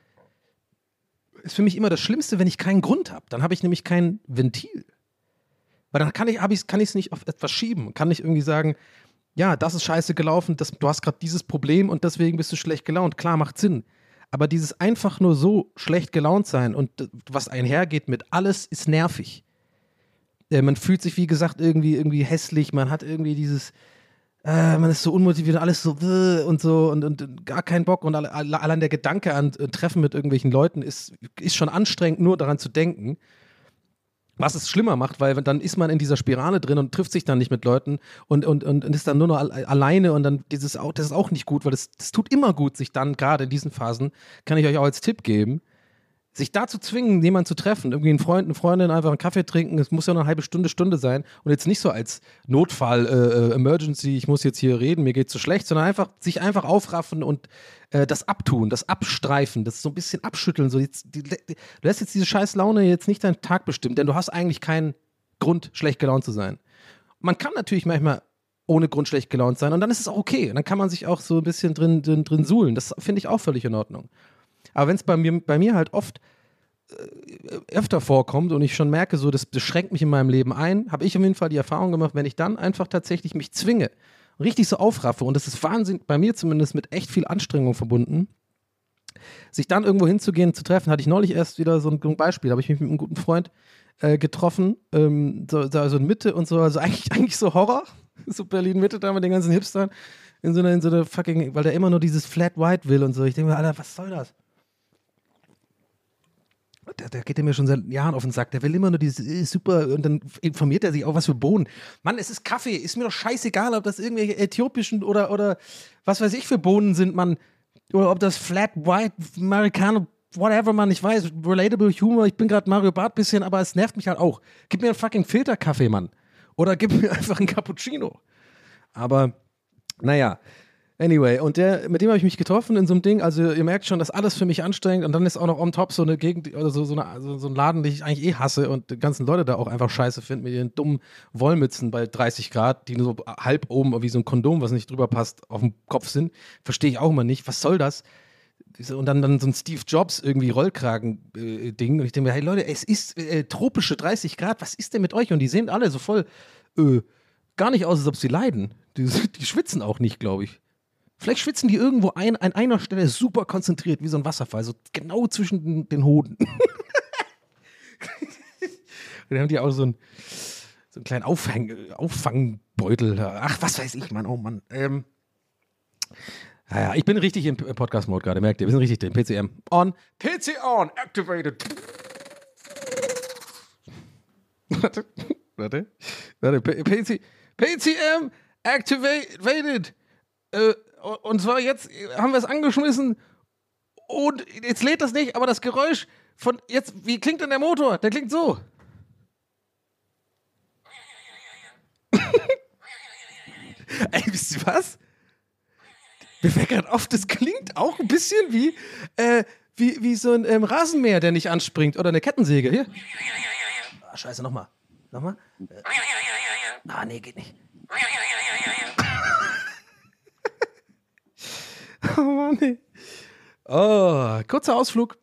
ist für mich immer das Schlimmste, wenn ich keinen Grund habe. Dann habe ich nämlich kein Ventil. Weil dann kann ich es nicht auf etwas schieben, kann nicht irgendwie sagen, ja, das ist scheiße gelaufen, du hast gerade dieses Problem und deswegen bist du schlecht gelaunt. Klar, macht Sinn. Aber dieses einfach nur so schlecht gelaunt sein und was einhergeht mit alles, ist nervig. Man fühlt sich, wie gesagt, irgendwie hässlich, man hat irgendwie dieses, man ist so unmotiviert, alles so und so und gar keinen Bock und allein der Gedanke an Treffen mit irgendwelchen Leuten ist schon anstrengend, nur daran zu denken. Was es schlimmer macht, weil dann ist man in dieser Spirale drin und trifft sich dann nicht mit Leuten und ist dann nur noch alleine und dann das ist auch nicht gut, weil das tut immer gut, sich dann gerade in diesen Phasen, kann ich euch auch als Tipp geben, sich dazu zwingen, jemanden zu treffen, irgendwie einen Freund, eine Freundin, einfach einen Kaffee trinken, es muss ja noch eine halbe Stunde sein und jetzt nicht so als Notfall, Emergency, ich muss jetzt hier reden, mir geht's so schlecht, sondern sich einfach aufraffen und das abtun, das abstreifen, das so ein bisschen abschütteln, so du lässt jetzt diese scheiß Laune jetzt nicht deinen Tag bestimmen, denn du hast eigentlich keinen Grund, schlecht gelaunt zu sein. Man kann natürlich manchmal ohne Grund schlecht gelaunt sein und dann ist es auch okay, und dann kann man sich auch so ein bisschen drin suhlen, das finde ich auch völlig in Ordnung. Aber wenn es bei mir halt oft öfter vorkommt und ich schon merke, so das schränkt mich in meinem Leben ein, habe ich auf jeden Fall die Erfahrung gemacht, wenn ich dann einfach tatsächlich mich zwinge, richtig so aufraffe, und das ist Wahnsinn, bei mir zumindest mit echt viel Anstrengung verbunden, sich dann irgendwo hinzugehen, zu treffen, hatte ich neulich erst wieder so ein Beispiel, habe ich mich mit einem guten Freund getroffen, so in Mitte und so, also eigentlich so Horror, so Berlin-Mitte da mit den ganzen Hipstern, in so einer fucking, weil der immer nur dieses Flat White will und so, ich denke mir, Alter, was soll das? Der geht mir schon seit Jahren auf den Sack. Der will immer nur dieses super, und dann informiert er sich auch, was für Bohnen. Mann, es ist Kaffee. Ist mir doch scheißegal, ob das irgendwelche äthiopischen oder was weiß ich für Bohnen sind, Mann. Oder ob das Flat White, Americano, whatever, Mann. Ich weiß, relatable Humor. Ich bin gerade Mario Barth bisschen, aber es nervt mich halt auch. Gib mir einen fucking Filterkaffee, Mann. Oder gib mir einfach einen Cappuccino. Aber, naja. Anyway, und mit dem habe ich mich getroffen in so einem Ding, also ihr merkt schon, das ist alles für mich anstrengend und dann ist auch noch on top so eine Gegend, oder so ein Laden, den ich eigentlich hasse und die ganzen Leute da auch einfach scheiße finden mit ihren dummen Wollmützen bei 30 Grad, die nur so halb oben wie so ein Kondom, was nicht drüber passt, auf dem Kopf sind. Verstehe ich auch immer nicht. Was soll das? Und dann so ein Steve Jobs irgendwie Rollkragen-Ding und ich denke mir, hey Leute, es ist tropische 30 Grad, was ist denn mit euch? Und die sehen alle so voll gar nicht aus, als ob sie leiden. Die schwitzen auch nicht, glaube ich. Vielleicht schwitzen die irgendwo an einer Stelle super konzentriert, wie so ein Wasserfall, so genau zwischen den Hoden. Dann haben die auch so einen kleinen Auffangbeutel. Ach, was weiß ich, Mann, oh Mann. Naja, ich bin richtig im Podcast-Mode gerade, merkt ihr? Wir sind richtig drin. PCM on. PC on, activated. Warte. PCM activated. Und zwar jetzt haben wir es angeschmissen und jetzt lädt das nicht, aber das Geräusch von jetzt, wie klingt denn der Motor? Der klingt so. Ey, wisst ihr was? Mir fällt gerade auf, das klingt auch ein bisschen wie so ein Rasenmäher, der nicht anspringt oder eine Kettensäge. Hier. Ah, scheiße, nochmal. Nee, geht nicht. Oh Mann, ey. Oh, kurzer Ausflug.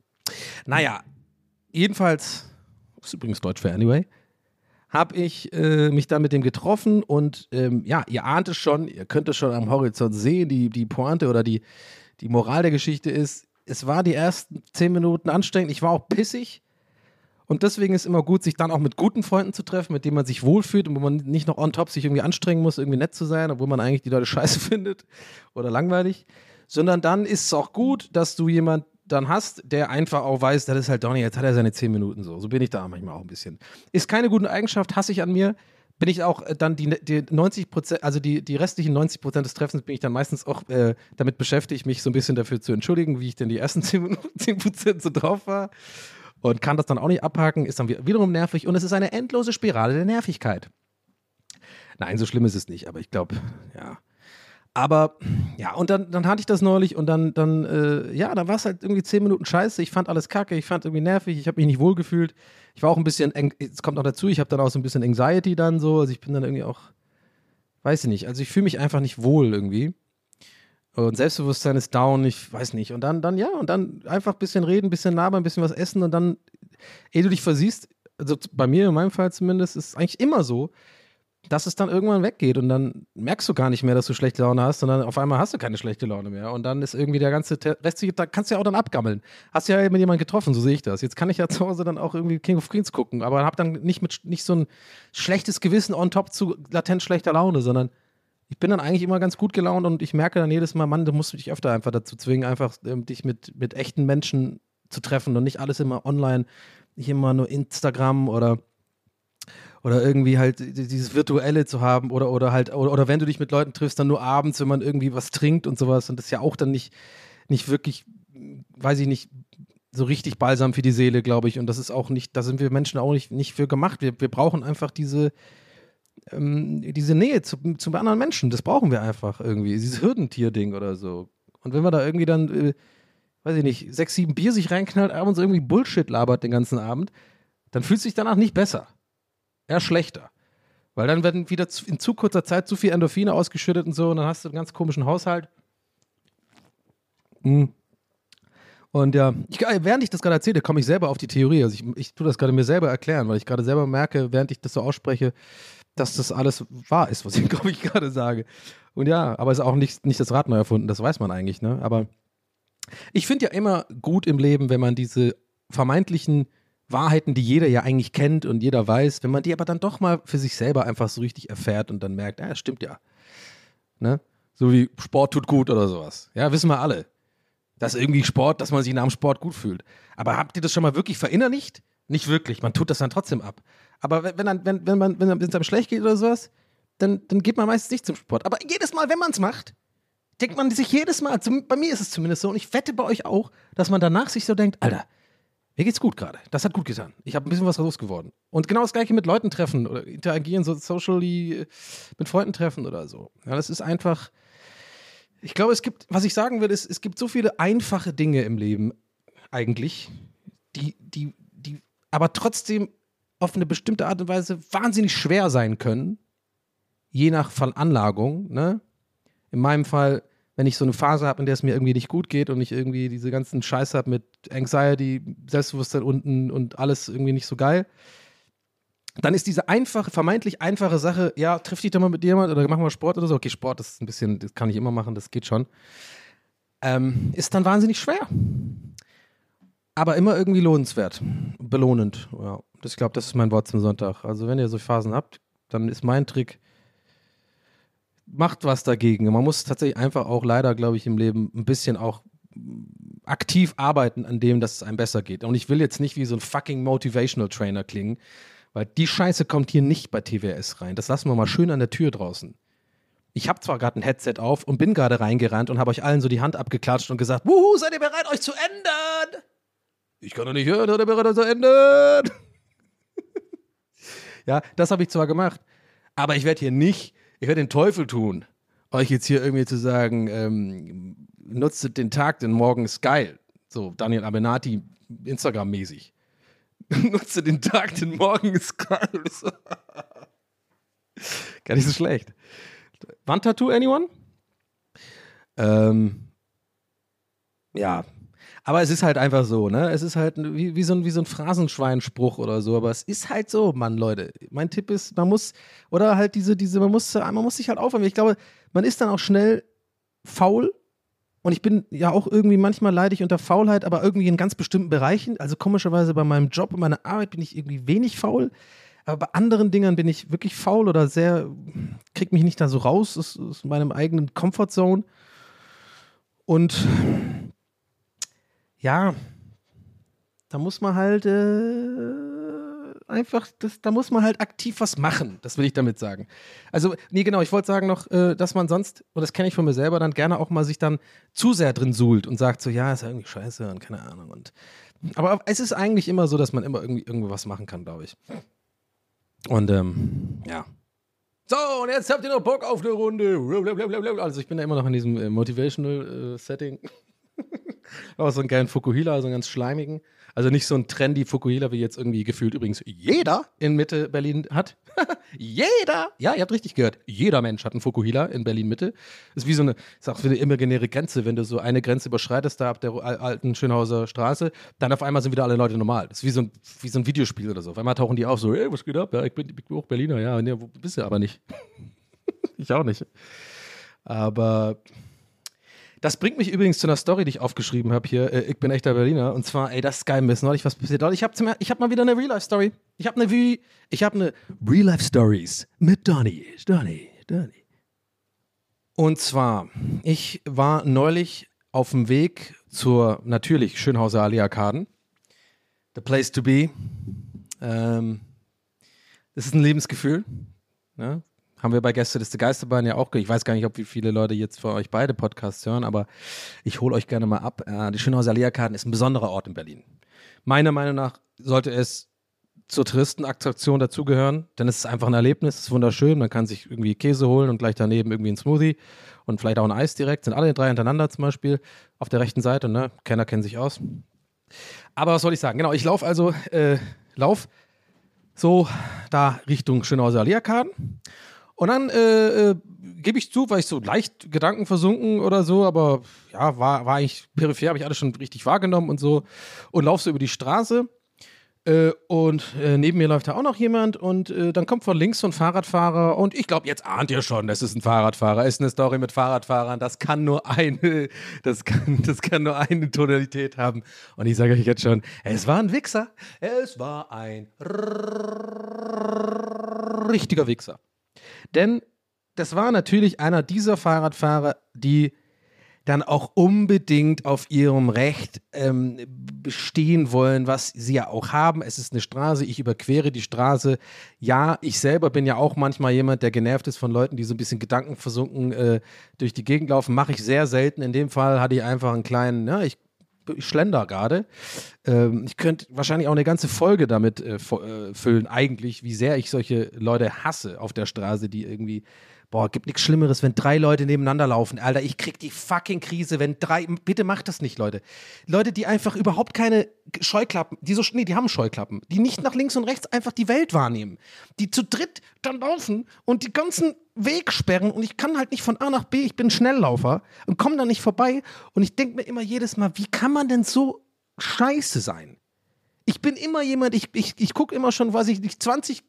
Naja, jedenfalls, das ist übrigens Deutsch für Anyway, habe ich mich dann mit dem getroffen und ja, ihr ahnt es schon, ihr könnt es schon am Horizont sehen, die Pointe oder die Moral der Geschichte ist, es war die ersten 10 Minuten anstrengend, ich war auch pissig und deswegen ist immer gut, sich dann auch mit guten Freunden zu treffen, mit denen man sich wohlfühlt und wo man nicht noch on top sich irgendwie anstrengen muss, irgendwie nett zu sein, obwohl man eigentlich die Leute scheiße findet oder langweilig, sondern dann ist es auch gut, dass du jemand dann hast, der einfach auch weiß, das ist halt Donny, jetzt hat er seine 10 Minuten so. So bin ich da manchmal auch ein bisschen. Ist keine gute Eigenschaft, hasse ich an mir. Bin ich auch dann die 90%, also die restlichen 90% des Treffens bin ich dann meistens auch damit beschäftigt, mich so ein bisschen dafür zu entschuldigen, wie ich denn die ersten 10% so drauf war. Und kann das dann auch nicht abhaken, ist dann wiederum nervig und es ist eine endlose Spirale der Nervigkeit. Nein, so schlimm ist es nicht, aber ich glaube, ja. Aber, ja, und dann hatte ich das neulich und dann war es halt irgendwie 10 Minuten scheiße. Ich fand alles kacke, ich fand irgendwie nervig, ich habe mich nicht wohl gefühlt. Ich war auch ein bisschen, es kommt noch dazu, ich habe dann auch so ein bisschen Anxiety dann so, also ich bin dann irgendwie auch, weiß ich nicht, also ich fühle mich einfach nicht wohl irgendwie. Und Selbstbewusstsein ist down, ich weiß nicht. Und dann einfach ein bisschen reden, ein bisschen labern, ein bisschen was essen und dann, ehe du dich versiehst, also bei mir, in meinem Fall zumindest, ist es eigentlich immer so, dass es dann irgendwann weggeht und dann merkst du gar nicht mehr, dass du schlechte Laune hast, sondern auf einmal hast du keine schlechte Laune mehr und dann ist irgendwie der ganze restliche Tag, kannst du ja auch dann abgammeln. Hast ja mit jemandem getroffen, so sehe ich das. Jetzt kann ich ja zu Hause dann auch irgendwie King of Queens gucken, aber hab dann nicht so ein schlechtes Gewissen on top zu latent schlechter Laune, sondern ich bin dann eigentlich immer ganz gut gelaunt und ich merke dann jedes Mal, Mann, du musst dich öfter einfach dazu zwingen, einfach dich mit echten Menschen zu treffen und nicht alles immer online, nicht immer nur Instagram oder irgendwie halt dieses Virtuelle zu haben oder wenn du dich mit Leuten triffst, dann nur abends, wenn man irgendwie was trinkt und sowas und das ist ja auch dann nicht wirklich, weiß ich nicht, so richtig balsam für die Seele, glaube ich und das ist auch nicht, da sind wir Menschen auch nicht für gemacht, wir brauchen einfach diese Nähe zu anderen Menschen, das brauchen wir einfach irgendwie, dieses Hürdentier-Ding oder so und wenn man da irgendwie dann, weiß ich nicht, 6, 7 Bier sich reinknallt, abends irgendwie Bullshit labert den ganzen Abend, dann fühlt es sich danach nicht besser. Eher schlechter. Weil dann werden wieder in zu kurzer Zeit zu viel Endorphine ausgeschüttet und so und dann hast du einen ganz komischen Haushalt. Und ja, während ich das gerade erzähle, komme ich selber auf die Theorie. Also ich tue das gerade mir selber erklären, weil ich gerade selber merke, während ich das so ausspreche, dass das alles wahr ist, was ich, glaube ich, gerade sage. Und ja, aber es ist auch nicht das Rad neu erfunden, das weiß man eigentlich, ne? Aber ich finde ja immer gut im Leben, wenn man diese vermeintlichen Wahrheiten, die jeder ja eigentlich kennt und jeder weiß, wenn man die aber dann doch mal für sich selber einfach so richtig erfährt und dann merkt, ja, stimmt ja. Ne? So wie Sport tut gut oder sowas. Ja, wissen wir alle. Dass irgendwie Sport, dass man sich nach dem Sport gut fühlt. Aber habt ihr das schon mal wirklich verinnerlicht? Nicht wirklich, man tut das dann trotzdem ab. Aber wenn es einem schlecht geht oder sowas, dann geht man meistens nicht zum Sport. Aber jedes Mal, wenn man es macht, denkt man sich jedes Mal, bei mir ist es zumindest so und ich wette bei euch auch, dass man danach sich so denkt, Alter, mir geht's gut gerade. Das hat gut getan. Ich habe ein bisschen was losgeworden. Und genau das Gleiche mit Leuten treffen oder interagieren, so socially mit Freunden treffen oder so. Ja, das ist einfach, ich glaube, was ich sagen würde, ist, es gibt so viele einfache Dinge im Leben eigentlich, die aber trotzdem auf eine bestimmte Art und Weise wahnsinnig schwer sein können, je nach Veranlagung, ne? In meinem Fall, wenn ich so eine Phase habe, in der es mir irgendwie nicht gut geht und ich irgendwie diese ganzen Scheiße habe mit Anxiety, Selbstbewusstsein unten und alles irgendwie nicht so geil, dann ist diese einfache, vermeintlich einfache Sache, ja, triff dich doch mal mit jemand oder mach mal Sport oder so. Okay, Sport ist ein bisschen, das kann ich immer machen, das geht schon. Ist dann wahnsinnig schwer. Aber immer irgendwie lohnenswert. Belohnend. Ja. Ich glaube, das ist mein Wort zum Sonntag. Also wenn ihr so Phasen habt, dann ist mein Trick, macht was dagegen. Man muss tatsächlich einfach auch leider, glaube ich, im Leben ein bisschen auch aktiv arbeiten an dem, dass es einem besser geht. Und ich will jetzt nicht wie so ein fucking Motivational Trainer klingen, weil die Scheiße kommt hier nicht bei TWS rein. Das lassen wir mal schön an der Tür draußen. Ich habe zwar gerade ein Headset auf und bin gerade reingerannt und habe euch allen so die Hand abgeklatscht und gesagt, wuhu, seid ihr bereit, euch zu ändern? Ich kann doch nicht hören, seid ihr bereit, euch zu ändern? Ja, das habe ich zwar gemacht, aber ich werde den Teufel tun, euch jetzt hier irgendwie zu sagen, nutzt den Tag, denn morgen ist geil. So, Daniel Abenati, Instagram-mäßig. Nutze den Tag, denn morgen ist geil. Gar nicht so schlecht. Wandtattoo, anyone? Ja. Aber es ist halt einfach so, ne? Es ist halt wie so ein Phrasenschweinspruch oder so. Aber es ist halt so, Mann, Leute. Mein Tipp ist, man muss sich halt aufwärmen. Ich glaube, man ist dann auch schnell faul. Und ich bin ja auch irgendwie, manchmal leide ich unter Faulheit, aber irgendwie in ganz bestimmten Bereichen. Also komischerweise bei meinem Job und meiner Arbeit bin ich irgendwie wenig faul. Aber bei anderen Dingern bin ich wirklich faul oder krieg mich nicht da so raus aus meinem eigenen Comfortzone. Und ja, da muss man halt da muss man halt aktiv was machen. Das will ich damit sagen. Also, nee, genau, ich wollte sagen noch, dass man sonst, und das kenne ich von mir selber, dann gerne auch mal sich dann zu sehr drin suhlt und sagt so, ja, ist ja irgendwie scheiße und keine Ahnung. Aber es ist eigentlich immer so, dass man immer irgendwie was machen kann, glaube ich. Und, ja. So, und jetzt habt ihr noch Bock auf eine Runde. Also ich bin da immer noch in diesem Motivational Setting. Aber so einen geilen Fukuhila, so einen ganz schleimigen. Also nicht so ein trendy Fukuhila, wie jetzt irgendwie gefühlt übrigens jeder in Mitte Berlin hat. Jeder! Ja, ihr habt richtig gehört. Jeder Mensch hat einen Fukuhila in Berlin-Mitte. Ist wie so eine, ist auch wie eine imaginäre Grenze. Wenn du so eine Grenze überschreitest, da ab der alten Schönhauser Straße, dann auf einmal sind wieder alle Leute normal. Das ist wie so ein Videospiel oder so. Auf einmal tauchen die auf, so, ey, was geht ab? Ja, ich bin auch Berliner. Ja, nee, wo bist du aber nicht? Ich auch nicht. Aber das bringt mich übrigens zu einer Story, die ich aufgeschrieben habe hier. Ich bin echter Berliner. Und zwar, ey, das ist geil, mir ist neulich was passiert. Leute, ich hab mal wieder eine Real-Life-Story. Ich habe eine Real-Life-Stories mit Donny. Und zwar, ich war neulich auf dem Weg zur, natürlich, Schönhauser Allee-Arkaden. The place to be. Das ist ein Lebensgefühl. Ja? Haben wir bei Gäste des Geisterbahn ja auch. Ich weiß gar nicht, wie viele Leute jetzt für euch beide Podcasts hören, aber ich hole euch gerne mal ab. Die Schönhauser Allee-Arkaden ist ein besonderer Ort in Berlin. Meiner Meinung nach sollte es zur Touristenattraktion dazugehören, denn es ist einfach ein Erlebnis, es ist wunderschön. Man kann sich irgendwie Käse holen und gleich daneben irgendwie einen Smoothie und vielleicht auch ein Eis direkt. Sind alle drei hintereinander zum Beispiel auf der rechten Seite, ne? Kenner kennen sich aus. Aber was soll ich sagen? Genau, ich laufe also, so da Richtung Schönhauser Allee-Arkaden. Und dann gebe ich zu, war ich so leicht gedankenversunken oder so, aber ja, war eigentlich peripher, habe ich alles schon richtig wahrgenommen und so. Und laufe so über die Straße und neben mir läuft da auch noch jemand und dann kommt von links so ein Fahrradfahrer und ich glaube, jetzt ahnt ihr schon, das ist ein Fahrradfahrer, ist eine Story mit Fahrradfahrern, das kann nur eine Tonalität haben. Und ich sage euch jetzt schon, es war ein Wichser, es war ein richtiger Wichser. Denn das war natürlich einer dieser Fahrradfahrer, die dann auch unbedingt auf ihrem Recht bestehen wollen, was sie ja auch haben. Es ist eine Straße, ich überquere die Straße. Ja, ich selber bin ja auch manchmal jemand, der genervt ist von Leuten, die so ein bisschen gedankenversunken durch die Gegend laufen. Mache ich sehr selten. In dem Fall hatte ich einfach einen kleinen, ja, ich schlender gerade. Ich könnte wahrscheinlich auch eine ganze Folge damit füllen, eigentlich, wie sehr ich solche Leute hasse auf der Straße, die irgendwie, gibt nichts Schlimmeres, wenn 3 Leute nebeneinander laufen. Alter, ich krieg die fucking Krise, wenn 3, bitte macht das nicht, Leute. Leute, die einfach überhaupt keine Scheuklappen, die haben Scheuklappen, die nicht nach links und rechts einfach die Welt wahrnehmen. Die zu dritt dann laufen und die ganzen Weg sperren und ich kann halt nicht von A nach B, ich bin Schnelllaufer und komme da nicht vorbei und ich denke mir immer jedes Mal, wie kann man denn so scheiße sein? Ich bin immer jemand, ich gucke immer schon, weiß ich nicht, 20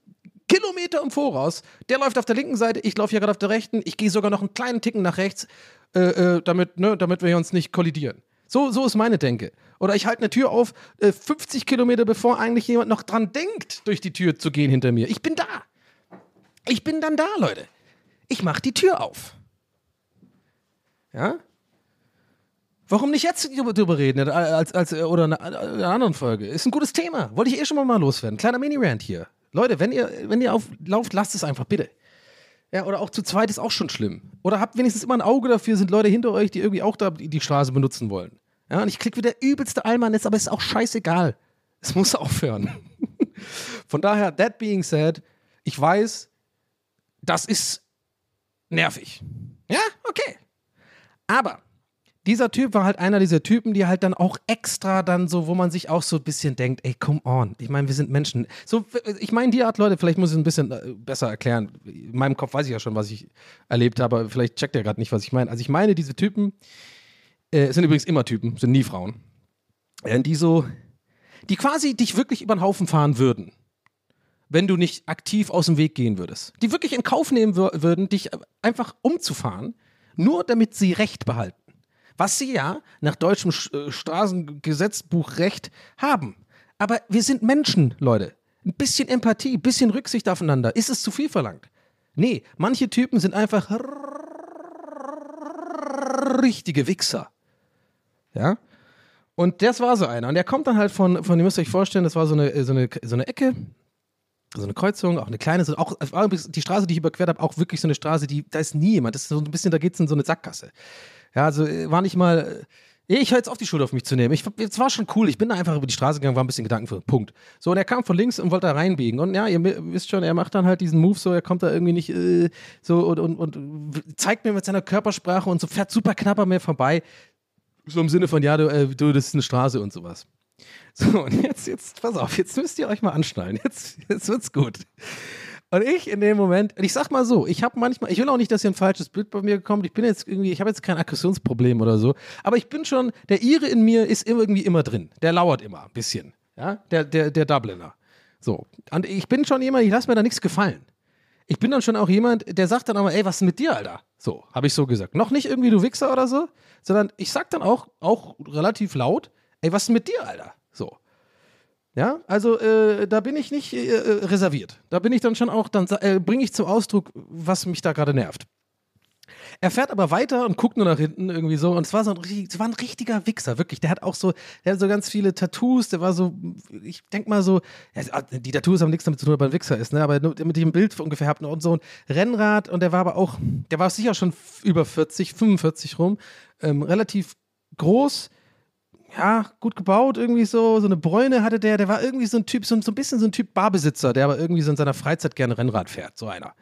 Kilometer im Voraus. Der läuft auf der linken Seite, ich laufe hier gerade auf der rechten. Ich gehe sogar noch einen kleinen Ticken nach rechts, damit wir uns nicht kollidieren. So ist meine Denke. Oder ich halte eine Tür auf, 50 Kilometer, bevor eigentlich jemand noch dran denkt, durch die Tür zu gehen hinter mir. Ich bin da. Ich bin dann da, Leute. Ich mache die Tür auf. Ja? Warum nicht jetzt drüber reden, oder in einer anderen Folge? Ist ein gutes Thema. Wollte ich schon mal loswerden. Kleiner Mini-Rant hier. Leute, wenn ihr auflauft, lasst es einfach, bitte. Ja, oder auch zu zweit ist auch schon schlimm. Oder habt wenigstens immer ein Auge dafür, sind Leute hinter euch, die irgendwie auch da die Straße benutzen wollen. Ja, und ich klicke wieder übelste Allmann jetzt, aber es ist auch scheißegal. Es muss aufhören. Von daher, that being said, ich weiß, das ist nervig. Ja, okay. Aber dieser Typ war halt einer dieser Typen, die halt dann auch extra dann so, wo man sich auch so ein bisschen denkt, ey, come on. Ich meine, wir sind Menschen. So, ich meine, die Art Leute, vielleicht muss ich es ein bisschen besser erklären. In meinem Kopf weiß ich ja schon, was ich erlebt habe, aber vielleicht checkt ihr gerade nicht, was ich meine. Also ich meine, diese Typen, sind übrigens immer Typen, sind nie Frauen, die quasi dich wirklich über den Haufen fahren würden, wenn du nicht aktiv aus dem Weg gehen würdest. Die wirklich in Kauf nehmen würden, dich einfach umzufahren, nur damit sie Recht behalten. Was sie ja nach deutschem Straßengesetzbuch Recht haben. Aber wir sind Menschen, Leute. Ein bisschen Empathie, ein bisschen Rücksicht aufeinander. Ist es zu viel verlangt? Nee, manche Typen sind einfach richtige Wichser. Ja? Und das war so einer. Und der kommt dann halt von ihr müsst euch vorstellen, das war so eine Ecke, so eine Kreuzung, auch eine kleine, auch die Straße, die ich überquert habe, auch wirklich so eine Straße, da ist nie jemand. Das ist so ein bisschen, da geht es in so eine Sackgasse. Ja, also war nicht mal. Ich höre jetzt auf, die Schuld auf mich zu nehmen. Es war schon cool. Ich bin da einfach über die Straße gegangen, war ein bisschen gedankenvoll. Punkt. So, und er kam von links und wollte da reinbiegen. Und ja, ihr wisst schon, er macht dann halt diesen Move so, er kommt da irgendwie nicht so und zeigt mir mit seiner Körpersprache und so, fährt super knapp an mir vorbei. So im Sinne von, ja, du, das ist eine Straße und sowas. So, und jetzt, pass auf, jetzt müsst ihr euch mal anschnallen. Jetzt wird's gut. Und ich in dem Moment, und ich sag mal so, ich will auch nicht, dass hier ein falsches Bild bei mir kommt. Ich habe jetzt kein Aggressionsproblem oder so, aber ich bin schon, der Ire in mir ist irgendwie immer drin. Der lauert immer ein bisschen. Ja, der Dubliner. So. Und ich bin schon jemand, ich lasse mir da nichts gefallen. Ich bin dann schon auch jemand, der sagt dann auch mal, ey, was ist mit dir, Alter? So, habe ich so gesagt. Noch nicht irgendwie, du Wichser oder so, sondern ich sag dann auch relativ laut, ey, was ist mit dir, Alter? So. Ja, also da bin ich nicht reserviert. Da bin ich dann schon auch, dann bringe ich zum Ausdruck, was mich da gerade nervt. Er fährt aber weiter und guckt nur nach hinten irgendwie so und es war ein richtiger Wichser, wirklich. Der hat so ganz viele Tattoos, der war so, ich denke mal so, ja, die Tattoos haben nichts damit zu tun, ob er ein Wichser ist, ne? Aber nur mit dem Bild ungefähr habt und so ein Rennrad und der war sicher schon über 40, 45 rum, relativ groß. Ja, gut gebaut, irgendwie so eine Bräune hatte der war irgendwie so ein Typ, so ein bisschen so ein Typ Barbesitzer, der aber irgendwie so in seiner Freizeit gerne Rennrad fährt, so einer.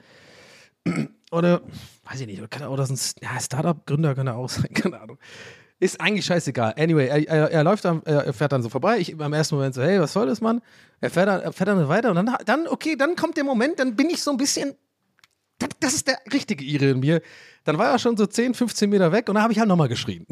Oder, weiß ich nicht, oder so ein Startup-Gründer kann er auch sein, keine Ahnung. Ist eigentlich scheißegal. Anyway, er fährt dann so vorbei, ich im ersten Moment so, hey, was soll das, Mann? Er fährt dann weiter und dann kommt der Moment, dann bin ich so ein bisschen, das ist der richtige Ire in mir. Dann war er schon so 10, 15 Meter weg und dann habe ich halt nochmal geschrien.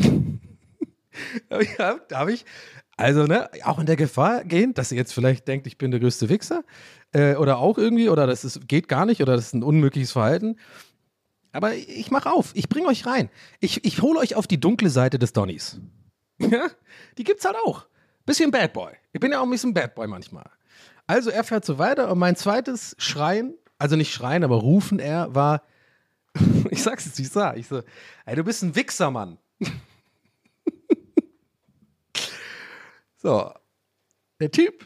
Da habe ich, also ne, auch in der Gefahr gehen, dass ihr jetzt vielleicht denkt, ich bin der größte Wichser oder auch irgendwie, oder geht gar nicht oder das ist ein unmögliches Verhalten. Aber ich mache auf, ich bringe euch rein. Ich hole euch auf die dunkle Seite des Donnys. Ja, die gibt's halt auch. Bisschen Bad Boy. Ich bin ja auch ein bisschen Bad Boy manchmal. Also er fährt so weiter und mein zweites Schreien, also nicht Schreien, aber Rufen war, ich sag's jetzt, ich so, ey, du bist ein Wichser, Mann. So, der Typ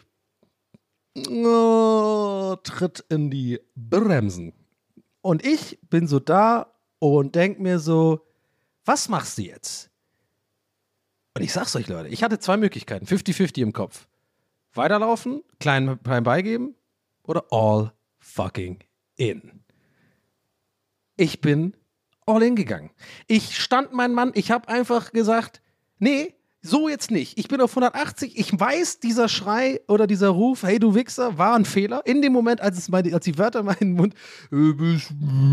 tritt in die Bremsen. Und ich bin so da und denk mir so, was machst du jetzt? Und ich sag's euch, Leute, ich hatte 2 Möglichkeiten, 50-50 im Kopf. Weiterlaufen, klein beigeben oder all fucking in. Ich bin all in gegangen. Ich stand mein Mann, ich habe einfach gesagt, nee, so jetzt nicht. Ich bin auf 180. Ich weiß, dieser Schrei oder dieser Ruf, hey du Wichser, war ein Fehler. In dem Moment, als die Wörter in meinen Mund,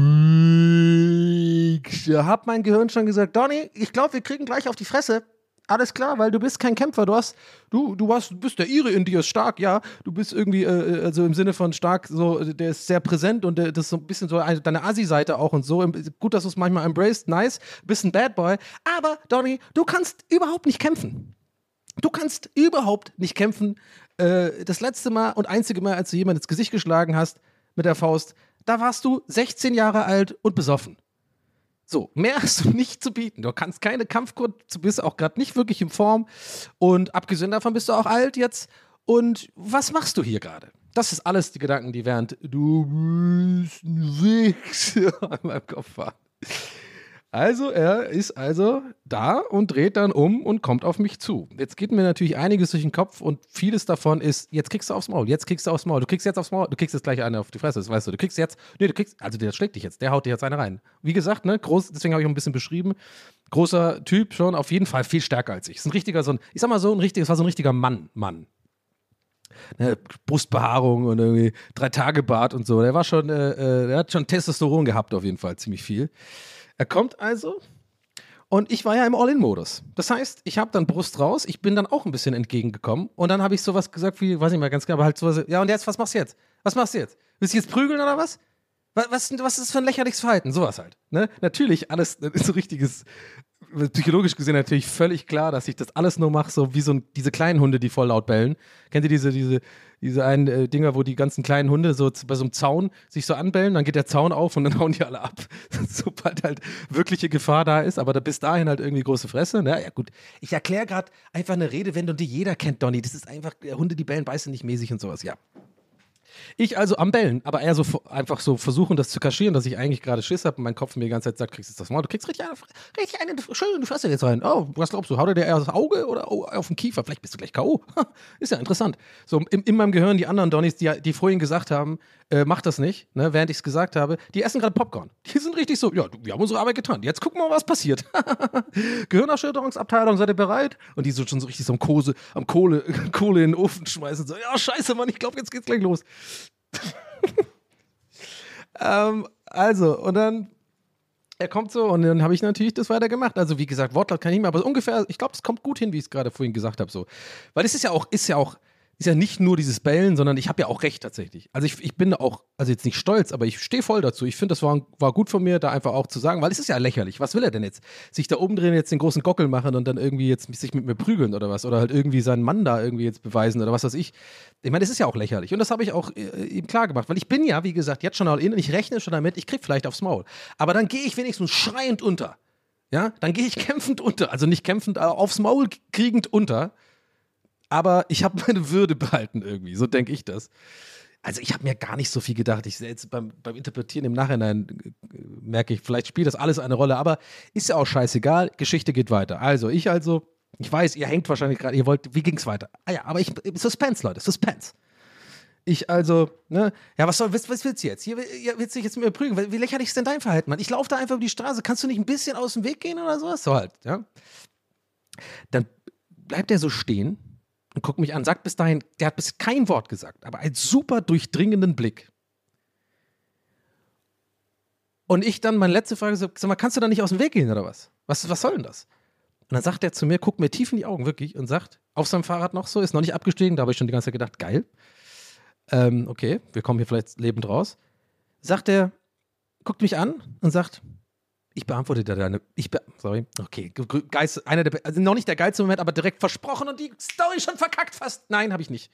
hat mein Gehirn schon gesagt, Donny, ich glaube, wir kriegen gleich auf die Fresse. alles klar, weil du bist kein Kämpfer. Du bist der Ire in dir, ist stark, ja. Du bist irgendwie, also im Sinne von stark, so, der ist sehr präsent und das ist so ein bisschen so deine Assi-Seite auch und so. Gut, dass du es manchmal embraced, nice, bist ein Bad Boy. Aber, Donny, du kannst überhaupt nicht kämpfen. Du kannst überhaupt nicht kämpfen. Das letzte Mal und einzige Mal, als du jemand ins Gesicht geschlagen hast mit der Faust, da warst du 16 Jahre alt und besoffen. So, mehr hast du nicht zu bieten. Du kannst keine Kampfkunst, du bist auch gerade nicht wirklich in Form und abgesehen davon bist du auch alt jetzt. Und was machst du hier gerade? Das ist alles die Gedanken, die während du bist ein Wichser in meinem Kopf waren. Also, er ist also da und dreht dann um und kommt auf mich zu. Jetzt geht mir natürlich einiges durch den Kopf und vieles davon ist, jetzt kriegst du aufs Maul, du kriegst jetzt aufs Maul, du kriegst jetzt gleich eine auf die Fresse, das weißt du, also der schlägt dich jetzt, der haut dir jetzt eine rein. Wie gesagt, ne, groß, deswegen habe ich auch ein bisschen beschrieben, großer Typ schon, auf jeden Fall viel stärker als ich. Ist ein richtiger, es war so ein richtiger Mann. Ne, Brustbehaarung und irgendwie 3-Tage-Bart und so, der war schon, der hat schon Testosteron gehabt auf jeden Fall, ziemlich viel. Er kommt also und ich war ja im All-In-Modus. Das heißt, ich habe dann Brust raus, ich bin dann auch ein bisschen entgegengekommen und dann habe ich sowas gesagt wie, weiß nicht mehr ganz genau, aber halt sowas, ja und jetzt, was machst du jetzt? Willst du jetzt prügeln oder was? Was ist das für ein lächerliches Verhalten? Sowas halt. Ne? Natürlich alles so richtiges, psychologisch gesehen natürlich völlig klar, dass ich das alles nur mache, so wie diese kleinen Hunde, die voll laut bellen. Kennt ihr diese einen Dinger, wo die ganzen kleinen Hunde so bei so einem Zaun sich so anbellen, dann geht der Zaun auf und dann hauen die alle ab, sobald halt wirkliche Gefahr da ist, aber bis dahin halt irgendwie große Fresse. Na ja gut, ich erkläre gerade einfach eine Redewendung, die jeder kennt, Donny. Das ist einfach, Hunde, die bellen, beißen nicht mäßig und sowas, ja. Ich also am Bellen, aber eher so einfach so versuchen, das zu kaschieren, dass ich eigentlich gerade Schiss habe und mein Kopf mir die ganze Zeit sagt, kriegst du das Maul, du kriegst richtig eine schöne Fresse jetzt rein. Oh, was glaubst du, haut er dir eher das Auge oder auf den Kiefer? Vielleicht bist du gleich K.O. Ist ja interessant. So in meinem Gehirn die anderen Donnys, die vorhin gesagt haben, mach das nicht, ne, während ich es gesagt habe, die essen gerade Popcorn. Die sind richtig so, ja, wir haben unsere Arbeit getan. Jetzt gucken wir mal, was passiert. Gehirnerschütterungsabteilung, seid ihr bereit? Und die sind schon so richtig so am Kohle in den Ofen schmeißen. So, ja, scheiße, Mann, ich glaube, jetzt geht's gleich los. Also, und dann er kommt so und dann habe ich natürlich das weiter gemacht. Also wie gesagt, Wortlaut kann ich nicht mehr, aber ungefähr, ich glaube, es kommt gut hin, wie ich es gerade vorhin gesagt habe. So. Weil es ist ja nicht nur dieses Bellen, sondern ich habe ja auch recht tatsächlich. Also ich bin auch, also jetzt nicht stolz, aber ich stehe voll dazu. Ich finde, das war gut von mir, da einfach auch zu sagen, weil es ist ja lächerlich. Was will er denn jetzt? Sich da oben drehen, jetzt den großen Gockel machen und dann irgendwie jetzt sich mit mir prügeln oder was? Oder halt irgendwie seinen Mann da irgendwie jetzt beweisen oder was weiß ich. Ich meine, das ist ja auch lächerlich. Und das habe ich auch ihm klar gemacht, weil ich bin ja, wie gesagt, jetzt schon all in und ich rechne schon damit, ich krieg vielleicht aufs Maul. Aber dann gehe ich wenigstens schreiend unter. Ja, dann gehe ich kämpfend unter. Also nicht kämpfend, aber aufs Maul kriegend unter. Aber ich habe meine Würde behalten irgendwie, so denke ich das. Also ich habe mir gar nicht so viel gedacht. Ich jetzt beim Interpretieren im Nachhinein merke ich, vielleicht spielt das alles eine Rolle, aber ist ja auch scheißegal, Geschichte geht weiter. Also, ich weiß, ihr hängt wahrscheinlich gerade, wie ging's weiter? Ah ja, aber Suspense, Leute, Suspense. Ich also, ne, ja, was willst du jetzt? Hier willst du dich jetzt mit mir prügeln? Wie lächerlich ist denn dein Verhalten, Mann? Ich laufe da einfach über die Straße, kannst du nicht ein bisschen aus dem Weg gehen oder sowas? So halt, ja. Dann bleibt er so stehen und guckt mich an, sagt bis dahin, der hat bis kein Wort gesagt, aber einen super durchdringenden Blick. Und ich dann meine letzte Frage so, sag mal, kannst du da nicht aus dem Weg gehen oder was? Was soll denn das? Und dann sagt er zu mir, guckt mir tief in die Augen wirklich und sagt, auf seinem Fahrrad noch so, ist noch nicht abgestiegen, da habe ich schon die ganze Zeit gedacht, geil. Okay, wir kommen hier vielleicht lebend raus. Sagt er, guckt mich an und sagt, ich beantworte dir deine. Okay. Also noch nicht der geilste Moment, aber direkt versprochen und die Story schon verkackt fast. Nein, habe ich nicht.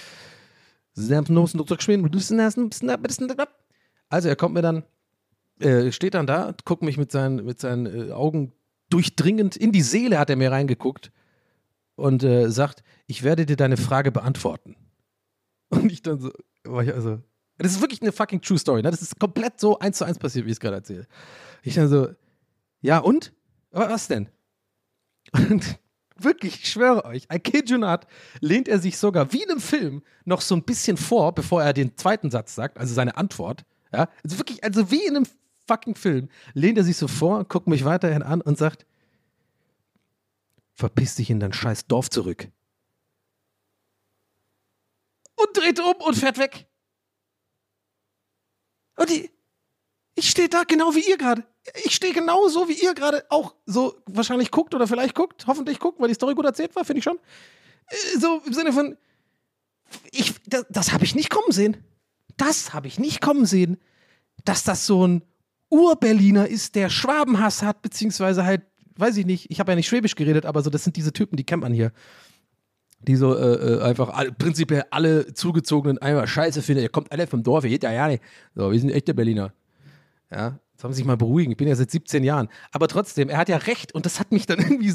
Also er kommt mir dann, steht dann da, guckt mich mit seinen Augen durchdringend in die Seele, hat er mir reingeguckt und sagt, ich werde dir deine Frage beantworten. Und ich dann so, das ist wirklich eine fucking True Story, ne? Das ist komplett so 1:1 passiert, wie ich es gerade erzähle. Ich dann so, ja und? Was denn? Und wirklich, ich schwöre euch, I kid you not, lehnt er sich sogar wie in einem Film noch so ein bisschen vor, bevor er den zweiten Satz sagt, also seine Antwort. Ja? Also wirklich, also wie in einem fucking Film, lehnt er sich so vor, guckt mich weiterhin an und sagt, verpiss dich in dein scheiß Dorf zurück. Und dreht um und fährt weg. Und ich stehe da genau wie ihr gerade. ich stehe genauso, wie ihr gerade auch so wahrscheinlich guckt oder vielleicht guckt, hoffentlich guckt, weil die Story gut erzählt war, finde ich schon. So im Sinne von, das habe ich nicht kommen sehen. Das habe ich nicht kommen sehen, dass das so ein Ur-Berliner ist, der Schwabenhass hat, beziehungsweise halt, weiß ich nicht, ich habe ja nicht Schwäbisch geredet, aber so, das sind diese Typen, die kennt man hier. Die so einfach prinzipiell alle Zugezogenen einmal scheiße finden. Ihr kommt alle vom Dorf, ihr geht ja nicht. So, wir sind echte Berliner. Ja, jetzt haben sie sich mal beruhigen. Ich bin ja seit 17 Jahren. Aber trotzdem, er hat ja recht und das hat mich dann irgendwie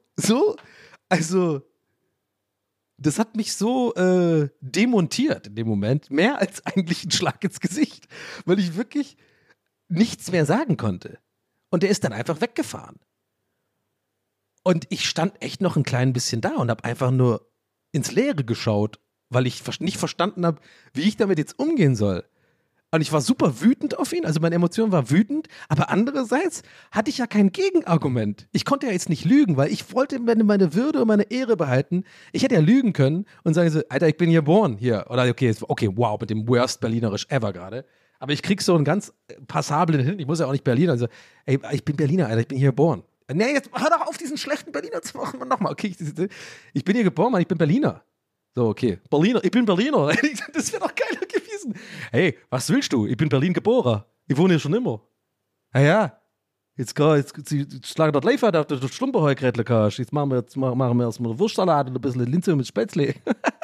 das hat mich so demontiert in dem Moment. Mehr als eigentlich ein Schlag ins Gesicht. Weil ich wirklich nichts mehr sagen konnte. Und der ist dann einfach weggefahren. Und ich stand echt noch ein klein bisschen da und habe einfach nur ins Leere geschaut, weil ich nicht verstanden habe, wie ich damit jetzt umgehen soll. Und ich war super wütend auf ihn, also meine Emotion war wütend, aber andererseits hatte ich ja kein Gegenargument. Ich konnte ja jetzt nicht lügen, weil ich wollte meine Würde und meine Ehre behalten. Ich hätte ja lügen können und sagen so, Alter, ich bin hier geboren, hier. Oder okay, wow, mit dem worst Berlinerisch ever gerade. Aber ich krieg so einen ganz passablen hin, ich muss ja auch nicht Berliner, also, ey, ich bin Berliner, Alter, ich bin hier geboren. Nee, jetzt hör doch auf, diesen schlechten Berliner zu machen. Nochmal, okay, ich bin hier geboren, Mann, ich bin Berliner. So, okay. Berliner, ich bin Berliner. Das wäre doch geiler gewesen. Hey, was willst du? Ich bin Berlin geboren. Ich wohne hier schon immer. Ja. Jetzt schlagen wir das live auf, dass du Schlumperheugrätle kannst. Jetzt machen wir erstmal eine Wurstsalat und ein bisschen Linse mit Spätzle.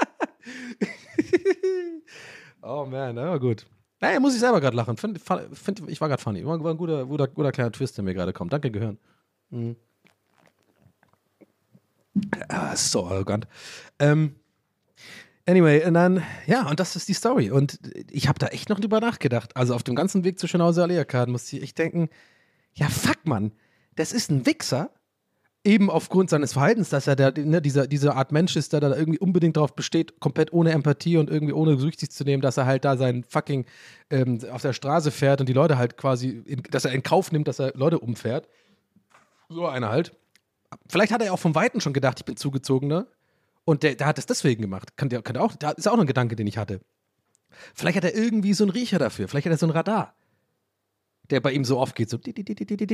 Oh man, aber gut. Naja, muss ich selber gerade lachen. Ich war gerade funny. War ein guter kleiner Twist, der mir gerade kommt. Danke, Gehirn. Mhm. So arrogant. Anyway, und dann, ja, und das ist die Story. Und ich habe da echt noch drüber nachgedacht. Also auf dem ganzen Weg zu Schönhauser Allee-Arkaden musste ich echt denken, ja fuck, Mann, das ist ein Wichser, eben aufgrund seines Verhaltens, dass er diese Art Mensch ist, der da irgendwie unbedingt darauf besteht, komplett ohne Empathie und irgendwie ohne Rücksicht zu nehmen, dass er halt da seinen fucking auf der Straße fährt und die Leute halt quasi, dass er in Kauf nimmt, dass er Leute umfährt. So einer halt. Vielleicht hat er ja auch vom Weiten schon gedacht, ich bin Zugezogener. Und der hat es deswegen gemacht. Da ist auch noch ein Gedanke, den ich hatte. Vielleicht hat er irgendwie so einen Riecher dafür. Vielleicht hat er so ein Radar, der bei ihm so oft geht. So ein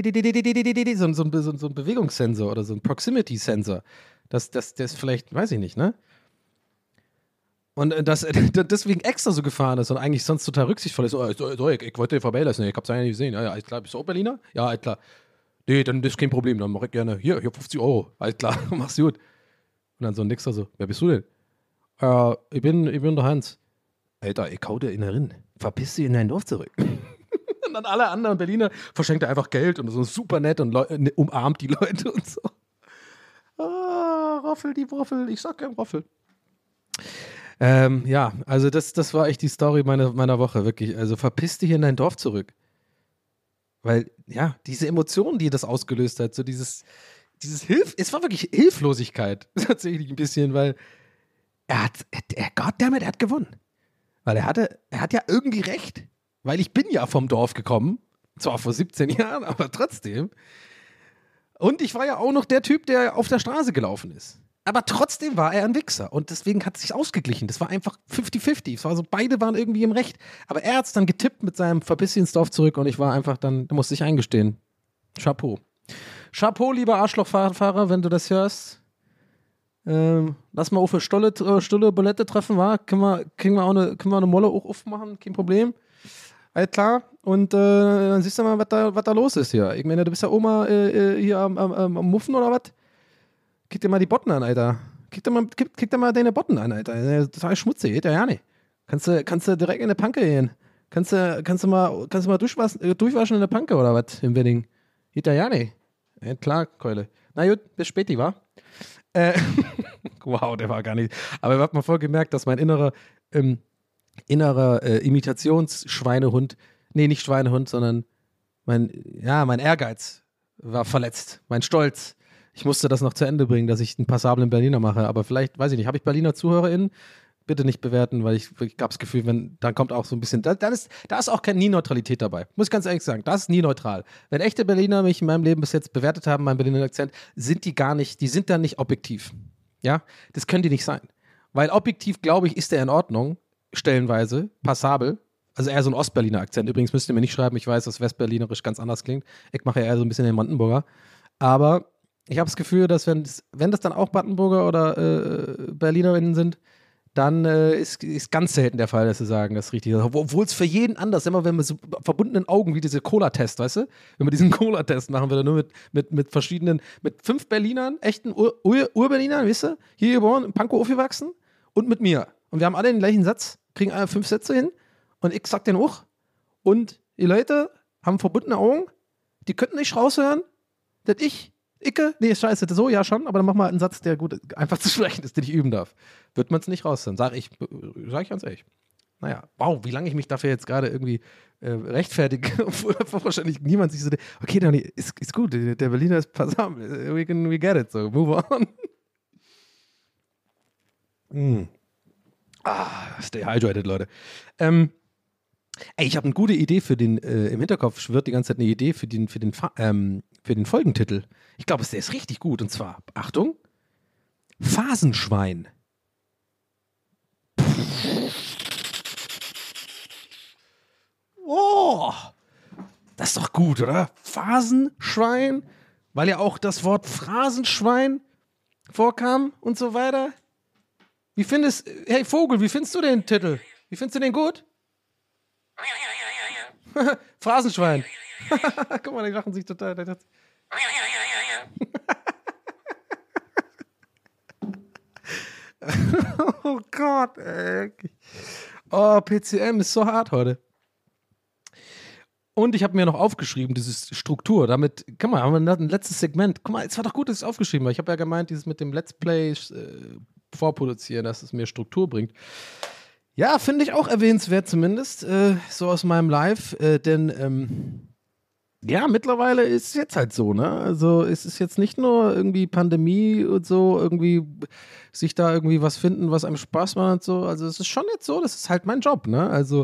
Bewegungssensor oder so ein Proximity-Sensor. Das ist vielleicht, weiß ich nicht, ne? Und dass er deswegen extra so gefahren ist und eigentlich sonst total rücksichtsvoll ist. Ich wollte dir vorbeilassen. Ich hab's ja nicht gesehen. Ja, alles klar. Bist du auch Berliner? Ja, alles klar. Nee, dann ist kein Problem. Dann mach ich gerne. Hier 50 €. Alles klar. Mach's gut. Und dann so ein Nixer so, wer bist du denn? Ich bin der Hans. Alter, ich hau dir in der Rinn. Verpiss dich in dein Dorf zurück. Und dann alle anderen Berliner verschenkt er einfach Geld und so super nett und umarmt die Leute und so. Roffel, die Woffel. Ich sag gern Roffel. Ja, also das war echt die Story meiner Woche, wirklich. Also verpiss dich in dein Dorf zurück. Weil, ja, diese Emotionen, die das ausgelöst hat, so es war wirklich Hilflosigkeit, tatsächlich ein bisschen, weil er hat gewonnen. Weil er hat ja irgendwie recht, weil ich bin ja vom Dorf gekommen, zwar vor 17 Jahren, aber trotzdem. Und ich war ja auch noch der Typ, der auf der Straße gelaufen ist. Aber trotzdem war er ein Wichser und deswegen hat es sich ausgeglichen. Das war einfach 50-50. Es war so, beide waren irgendwie im Recht. Aber er hat es dann getippt mit seinem Verpiss ins Dorf zurück und ich war einfach dann, da musste ich eingestehen. Chapeau. Chapeau, lieber Arschlochfahrer, wenn du das hörst. Lass mal auf eine Stulle Bulette treffen, wa? Können wir eine Molle auch aufmachen, kein Problem. Alles klar. Und dann siehst du mal, was da los ist hier. Ich meine, du bist ja Oma hier am Muffen oder was? Kick dir mal die Botten an, Alter. Kick dir mal deine Botten an, Alter. Total schmutzig, geht ja nicht. Kannst du direkt in eine Panke gehen. Kannst du mal durchwaschen in der Panke oder was im Wedding? Geht ja nicht. Ja, klar, Keule. Na gut, bis späti, wa? Wow, der war gar nicht. Aber ich hab mal voll gemerkt, dass mein innerer Imitationsschweinehund, nee, nicht Schweinehund, sondern mein Ehrgeiz war verletzt. Mein Stolz. Ich musste das noch zu Ende bringen, dass ich einen passablen Berliner mache. Aber vielleicht, weiß ich nicht, habe ich Berliner ZuhörerInnen? Bitte nicht bewerten, weil ich habe das Gefühl, dann kommt auch so ein bisschen, da ist auch keine Nie-Neutralität dabei. Muss ich ganz ehrlich sagen, das ist nie neutral. Wenn echte Berliner mich in meinem Leben bis jetzt bewertet haben, meinen Berliner Akzent, sind die sind dann nicht objektiv. Ja, das können die nicht sein. Weil objektiv, glaube ich, ist der in Ordnung, stellenweise, passabel, Also eher so ein Ostberliner Akzent. Übrigens müsst ihr mir nicht schreiben, ich weiß, dass Westberlinerisch ganz anders klingt. Ich mache ja eher so ein bisschen den Brandenburger. Aber ich habe das Gefühl, dass wenn das dann auch Brandenburger oder Berlinerinnen sind, dann ist ganz selten der Fall, dass sie sagen, das ist richtig. Obwohl es für jeden anders, immer wenn wir so verbundenen Augen wie diese Cola-Test, weißt du? Wenn wir diesen Cola-Test machen, wir dann nur mit verschiedenen, mit 5 Berlinern, echten Ur-Berlinern, weißt du? Hier geboren, in Pankow aufgewachsen und mit mir. Und wir haben alle den gleichen Satz, kriegen alle 5 Sätze hin und ich sag den auch. Und die Leute haben verbundene Augen, die könnten nicht raushören, dass nee, scheiße, so, ja schon, aber dann mach mal einen Satz, der gut einfach zu sprechen ist, den ich üben darf. Wird man es nicht raushören, sag ich ganz ehrlich. Naja, wow, wie lange ich mich dafür jetzt gerade irgendwie rechtfertige, obwohl wahrscheinlich niemand sich so denkt, okay, Donny, ist gut, der Berliner ist passabel, we get it, so, move on. Stay hydrated, Leute. Ich habe eine gute Idee für den, im Hinterkopf schwirrt die ganze Zeit eine Idee für den Folgentitel. Ich glaube, der ist richtig gut. Und zwar, Achtung, Phasenschwein. Oh, das ist doch gut, oder? Phasenschwein, weil ja auch das Wort Phrasenschwein vorkam und so weiter. Hey Vogel, wie findest du den Titel? Wie findest du den gut? Phrasenschwein. Guck mal, die lachen sich total. Oh Gott, ey. Oh, PCM ist so hart heute. Und ich habe mir noch aufgeschrieben, diese Struktur. Damit, guck mal, haben wir ein letztes Segment. Guck mal, es war doch gut, dass ich es aufgeschrieben habe. Ich habe ja gemeint, dieses mit dem Let's Play vorproduzieren, dass es mir Struktur bringt. Ja, finde ich auch erwähnenswert zumindest, so aus meinem Live, denn ja, mittlerweile ist es jetzt halt so, ne? Also es ist jetzt nicht nur irgendwie Pandemie und so, irgendwie sich da irgendwie was finden, was einem Spaß macht und so. Also es ist schon jetzt so, das ist halt mein Job, ne? Also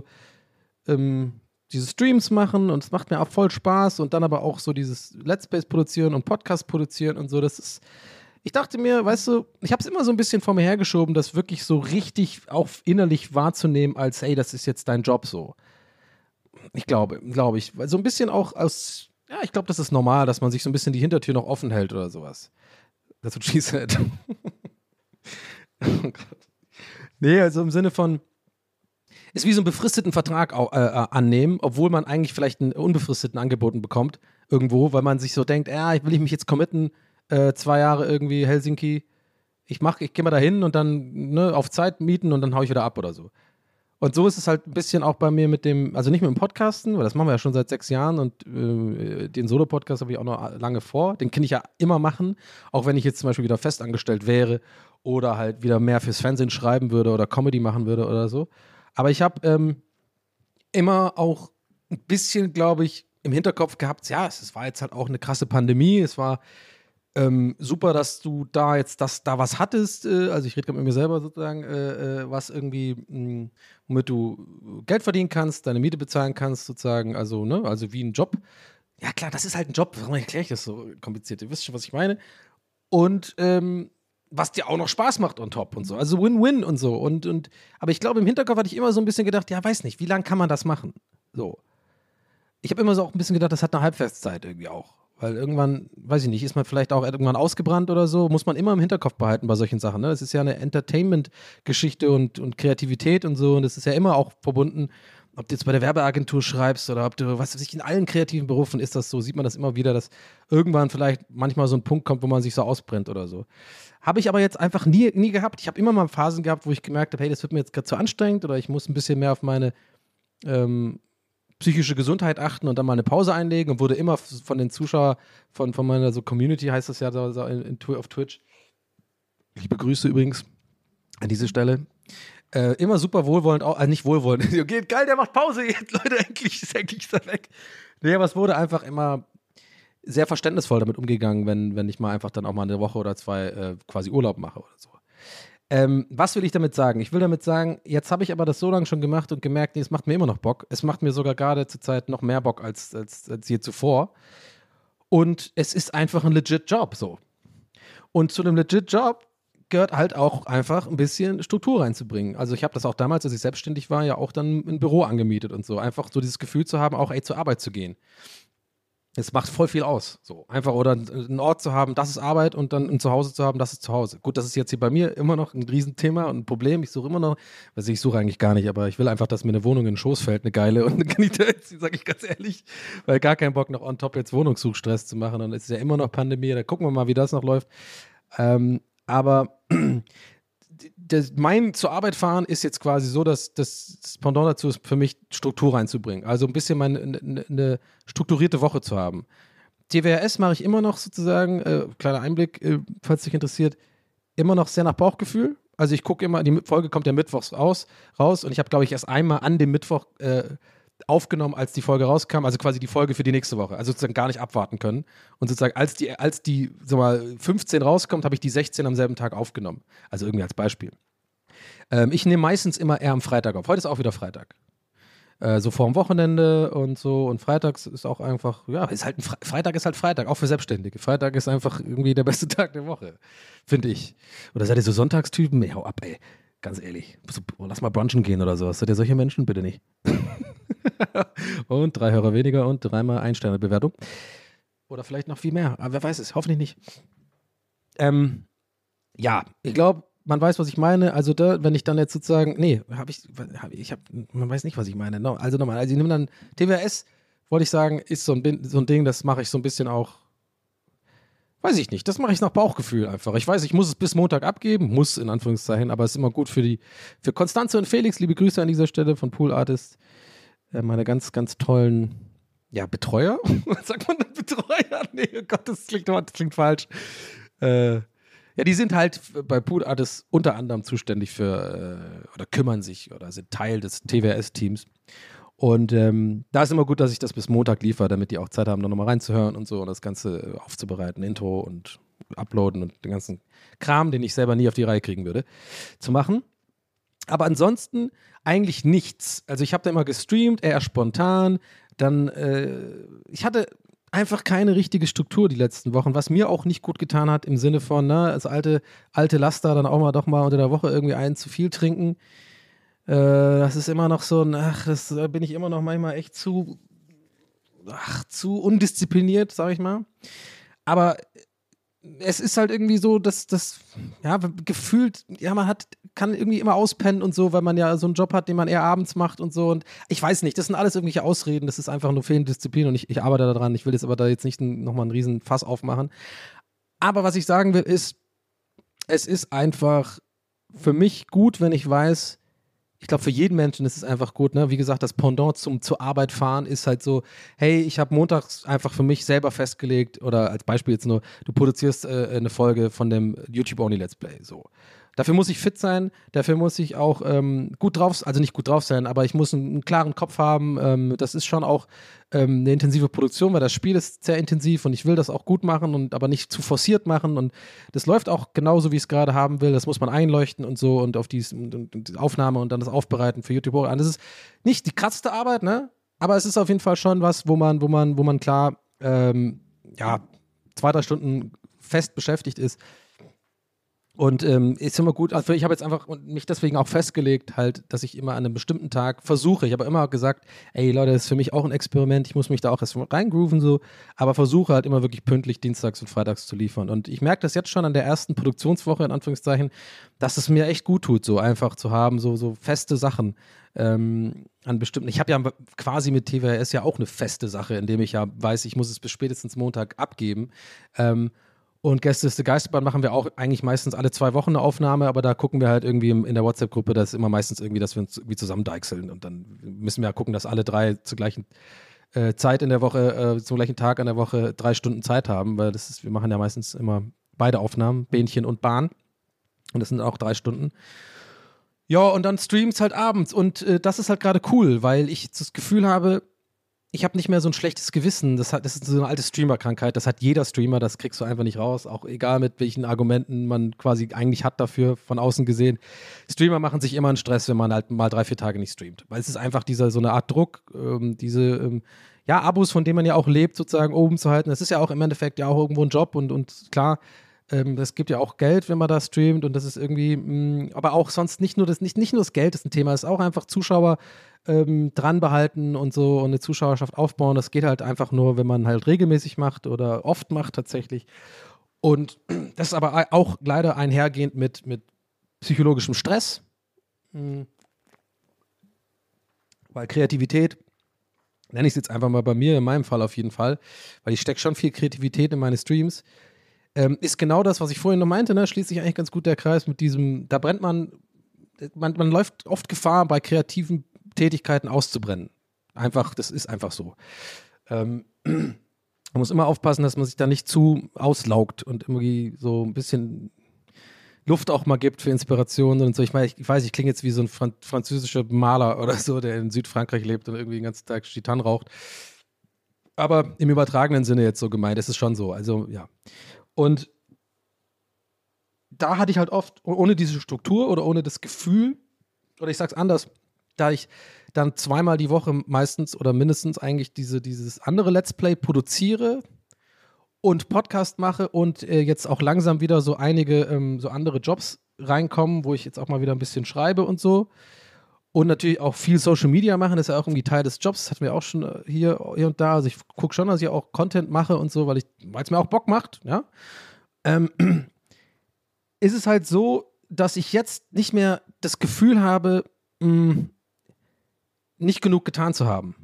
diese Streams machen und es macht mir auch voll Spaß und dann aber auch so dieses Let's Plays produzieren und Podcast produzieren und so, das ist. Ich dachte mir, weißt du, ich habe es immer so ein bisschen vor mir hergeschoben, das wirklich so richtig auch innerlich wahrzunehmen, als, hey, das ist jetzt dein Job so. Ich glaube ich. Weil so ein bisschen auch aus, ja, ich glaube, das ist normal, dass man sich so ein bisschen die Hintertür noch offen hält oder sowas. That's what she said. Oh Gott. Nee, also im Sinne von, ist wie so einen befristeten Vertrag annehmen, obwohl man eigentlich vielleicht einen unbefristeten angeboten bekommt, irgendwo, weil man sich so denkt, will ich mich jetzt committen, 2 Jahre irgendwie Helsinki, ich gehe mal da hin und dann auf Zeit mieten und dann hau ich wieder ab oder so. Und so ist es halt ein bisschen auch bei mir mit dem, also nicht mit dem Podcasten, weil das machen wir ja schon seit 6 Jahren und den Solo-Podcast habe ich auch noch lange vor, den kann ich ja immer machen, auch wenn ich jetzt zum Beispiel wieder festangestellt wäre oder halt wieder mehr fürs Fernsehen schreiben würde oder Comedy machen würde oder so. Aber ich habe immer auch ein bisschen, glaube ich, im Hinterkopf gehabt, ja, es war jetzt halt auch eine krasse Pandemie, es war super, dass du da jetzt da was hattest, also ich rede gerade mit mir selber sozusagen, was irgendwie, womit du Geld verdienen kannst, deine Miete bezahlen kannst sozusagen, also, ne, also wie ein Job. Ja klar, das ist halt ein Job, warum erkläre ich das so kompliziert? Ihr wisst schon, was ich meine. Und was dir auch noch Spaß macht on top und so, also Win-Win und so. Aber ich glaube, im Hinterkopf hatte ich immer so ein bisschen gedacht, ja, weiß nicht, wie lange kann man das machen? So. Ich habe immer so auch ein bisschen gedacht, das hat eine Halbwertszeit irgendwie auch. Weil irgendwann, weiß ich nicht, ist man vielleicht auch irgendwann ausgebrannt oder so, muss man immer im Hinterkopf behalten bei solchen Sachen. Ne? Das ist ja eine Entertainment-Geschichte und Kreativität und so und das ist ja immer auch verbunden, ob du jetzt bei der Werbeagentur schreibst oder ob du, was weiß ich, in allen kreativen Berufen ist das so, sieht man das immer wieder, dass irgendwann vielleicht manchmal so ein Punkt kommt, wo man sich so ausbrennt oder so. Habe ich aber jetzt einfach nie gehabt. Ich habe immer mal Phasen gehabt, wo ich gemerkt habe, hey, das wird mir jetzt gerade zu anstrengend oder ich muss ein bisschen mehr auf meine psychische Gesundheit achten und dann mal eine Pause einlegen und wurde immer von den Zuschauern, von meiner so Community, heißt das ja auf Twitch. Liebe Grüße übrigens an diese Stelle. Immer super wohlwollend, nicht wohlwollend. Okay, geil, der macht Pause jetzt, Leute, endlich ist er weg. Nee, aber es wurde einfach immer sehr verständnisvoll damit umgegangen, wenn ich mal einfach dann auch mal eine Woche oder 2 quasi Urlaub mache oder so. Was will ich damit sagen? Ich will damit sagen, jetzt habe ich aber das so lange schon gemacht und gemerkt, nee, es macht mir immer noch Bock. Es macht mir sogar gerade zur Zeit noch mehr Bock als je zuvor. Und es ist einfach ein legit Job so. Und zu einem legit Job gehört halt auch einfach ein bisschen Struktur reinzubringen. Also ich habe das auch damals, als ich selbstständig war, ja auch dann ein Büro angemietet und so. Einfach so dieses Gefühl zu haben, auch zur Arbeit zu gehen. Es macht voll viel aus. So einfach oder einen Ort zu haben, das ist Arbeit und dann ein Zuhause zu haben, das ist Zuhause. Gut, das ist jetzt hier bei mir immer noch ein Riesenthema und ein Problem. Ich suche immer noch, also ich suche eigentlich gar nicht, aber ich will einfach, dass mir eine Wohnung in den Schoß fällt, eine geile und dann kann ich da jetzt, sage ich ganz ehrlich, weil gar keinen Bock noch on top jetzt Wohnungssuchstress zu machen. Und es ist ja immer noch Pandemie, da gucken wir mal, wie das noch läuft. Aber mein zur Arbeit fahren ist jetzt quasi so, dass das Pendant dazu ist, für mich Struktur reinzubringen. Also ein bisschen eine strukturierte Woche zu haben. TWRS mache ich immer noch sozusagen, kleiner Einblick, falls dich interessiert, immer noch sehr nach Bauchgefühl. Also ich gucke immer, die Folge kommt ja mittwochs raus und ich habe, glaube ich, erst einmal an dem Mittwoch aufgenommen, als die Folge rauskam, also quasi die Folge für die nächste Woche, also sozusagen gar nicht abwarten können und sozusagen als die sag mal, 15 rauskommt, habe ich die 16 am selben Tag aufgenommen, also irgendwie als Beispiel. Ich nehme meistens immer eher am Freitag auf, heute ist auch wieder Freitag, so vorm Wochenende und so und freitags ist auch einfach, ja, ist halt Freitag ist halt Freitag, auch für Selbstständige, Freitag ist einfach irgendwie der beste Tag der Woche, finde ich. Oder seid ihr so Sonntagstypen? Nee, hau ab, ey. Ganz ehrlich, lass mal brunchen gehen oder sowas. Seid ihr solche Menschen? Bitte nicht. Und 3 Hörer weniger und 3-mal 1-Sterne-Bewertung. Oder vielleicht noch viel mehr, aber wer weiß es, hoffentlich nicht. Ja, ich glaube, man weiß, was ich meine. Also wenn ich dann jetzt sozusagen, man weiß nicht, was ich meine. No, also nochmal, ich nehme dann TWS, wollte ich sagen, ist so ein Ding, das mache ich so ein bisschen auch. Weiß ich nicht, das mache ich nach Bauchgefühl einfach. Ich weiß, ich muss es bis Montag abgeben, muss in Anführungszeichen, aber es ist immer gut für Konstanze und Felix, liebe Grüße an dieser Stelle von Pool Artists, meine ganz, ganz tollen, ja, Betreuer? Sagt man denn Betreuer? Nee, oh Gott, das klingt falsch. Ja, die sind halt bei Pool Artists unter anderem zuständig für, oder kümmern sich oder sind Teil des TWS-Teams. Und da ist immer gut, dass ich das bis Montag liefere, damit die auch Zeit haben, da nochmal reinzuhören und so und das Ganze aufzubereiten, Intro und uploaden und den ganzen Kram, den ich selber nie auf die Reihe kriegen würde, zu machen. Aber ansonsten eigentlich nichts. Also ich habe da immer gestreamt, eher spontan. Dann, ich hatte einfach keine richtige Struktur die letzten Wochen, was mir auch nicht gut getan hat im Sinne von, als alte Laster dann auch doch mal unter der Woche irgendwie einen zu viel trinken. Das ist immer noch so, da bin ich immer noch manchmal echt zu undiszipliniert, sag ich mal. Aber es ist halt irgendwie so, dass ja, gefühlt, ja, kann irgendwie immer auspennen und so, weil man ja so einen Job hat, den man eher abends macht und so. Und ich weiß nicht, das sind alles irgendwelche Ausreden, das ist einfach nur fehlende Disziplin und ich arbeite daran. Ich will jetzt aber da jetzt nicht nochmal einen riesen Fass aufmachen. Aber was ich sagen will, ist, es ist einfach für mich gut, wenn ich weiß, ich glaube, für jeden Menschen ist es einfach gut, ne? Wie gesagt, das Pendant zur Arbeit fahren ist halt so, hey, ich habe montags einfach für mich selber festgelegt oder als Beispiel jetzt nur, du produzierst eine Folge von dem YouTube-Only Let's Play, so. Dafür muss ich fit sein, dafür muss ich auch gut drauf, also nicht gut drauf sein, aber ich muss einen klaren Kopf haben. Das ist schon auch eine intensive Produktion, weil das Spiel ist sehr intensiv und ich will das auch gut machen und aber nicht zu forciert machen und das läuft auch genauso, wie ich es gerade haben will. Das muss man einleuchten und so und auf die Aufnahme und dann das Aufbereiten für YouTube. Und das ist nicht die krasseste Arbeit, ne? Aber es ist auf jeden Fall schon was, wo man klar 2-3 Stunden fest beschäftigt ist. Und ist immer gut, also ich habe jetzt einfach mich deswegen auch festgelegt, halt, dass ich immer an einem bestimmten Tag versuche, ich habe immer gesagt, ey Leute, das ist für mich auch ein Experiment, ich muss mich da auch erst reingrooven so, aber versuche halt immer wirklich pünktlich dienstags und freitags zu liefern. Und ich merke das jetzt schon an der ersten Produktionswoche, in Anführungszeichen, dass es mir echt gut tut, so einfach zu haben, so feste Sachen an bestimmten, ich habe ja quasi mit TWS ja auch eine feste Sache, indem ich ja weiß, ich muss es bis spätestens Montag abgeben. Und Gäste ist die Geisterbahn machen wir auch eigentlich meistens alle 2 Wochen eine Aufnahme, aber da gucken wir halt irgendwie in der WhatsApp-Gruppe, das ist immer meistens irgendwie, dass wir uns irgendwie zusammen deichseln und dann müssen wir ja gucken, dass alle 3 zur gleichen Zeit in der Woche, zum gleichen Tag in der Woche 3 Stunden Zeit haben, weil wir machen ja meistens immer beide Aufnahmen, Bähnchen und Bahn und das sind auch 3 Stunden. Ja, und dann Streams halt abends und das ist halt gerade cool, weil ich das Gefühl habe, ich habe nicht mehr so ein schlechtes Gewissen. Das ist so eine alte Streamer-Krankheit. Das hat jeder Streamer, das kriegst du einfach nicht raus. Auch egal, mit welchen Argumenten man quasi eigentlich hat dafür, von außen gesehen. Streamer machen sich immer einen Stress, wenn man halt mal 3-4 Tage nicht streamt. Weil es ist einfach so eine Art Druck, Abos, von denen man ja auch lebt, sozusagen oben zu halten. Das ist ja auch im Endeffekt ja auch irgendwo ein Job und klar, Das gibt ja auch Geld, wenn man da streamt und das ist irgendwie, aber auch sonst nicht nur das Geld ist ein Thema, es ist auch einfach Zuschauer dran behalten und so und eine Zuschauerschaft aufbauen. Das geht halt einfach nur, wenn man halt regelmäßig macht oder oft macht tatsächlich. Und das ist aber auch leider einhergehend mit psychologischem Stress. Weil Kreativität, nenne ich es jetzt einfach mal bei mir, in meinem Fall auf jeden Fall, weil ich stecke schon viel Kreativität in meine Streams, ist genau das, was ich vorhin noch meinte, ne? Schließt sich eigentlich ganz gut der Kreis mit diesem, da brennt man läuft oft Gefahr, bei kreativen Tätigkeiten auszubrennen. Einfach, das ist einfach so. Man muss immer aufpassen, dass man sich da nicht zu auslaugt und irgendwie so ein bisschen Luft auch mal gibt für Inspirationen und so. Ich meine, ich weiß, ich klinge jetzt wie so ein französischer Maler oder so, der in Südfrankreich lebt und irgendwie den ganzen Tag Gitarren raucht. Aber im übertragenen Sinne jetzt so gemeint, es ist schon so. Also, ja. Und da hatte ich halt oft, ohne diese Struktur oder ohne das Gefühl, oder ich sag's anders, da ich dann zweimal die Woche meistens oder mindestens eigentlich dieses andere Let's Play produziere und Podcast mache und jetzt auch langsam wieder so einige so andere Jobs reinkommen, wo ich jetzt auch mal wieder ein bisschen schreibe und so. Und natürlich auch viel Social Media machen, das ist ja auch irgendwie Teil des Jobs, das hatten wir auch schon hier und da. Also ich gucke schon, dass ich auch Content mache und so, weil es mir auch Bock macht, ja. Ist es halt so, dass ich jetzt nicht mehr das Gefühl habe, nicht genug getan zu haben.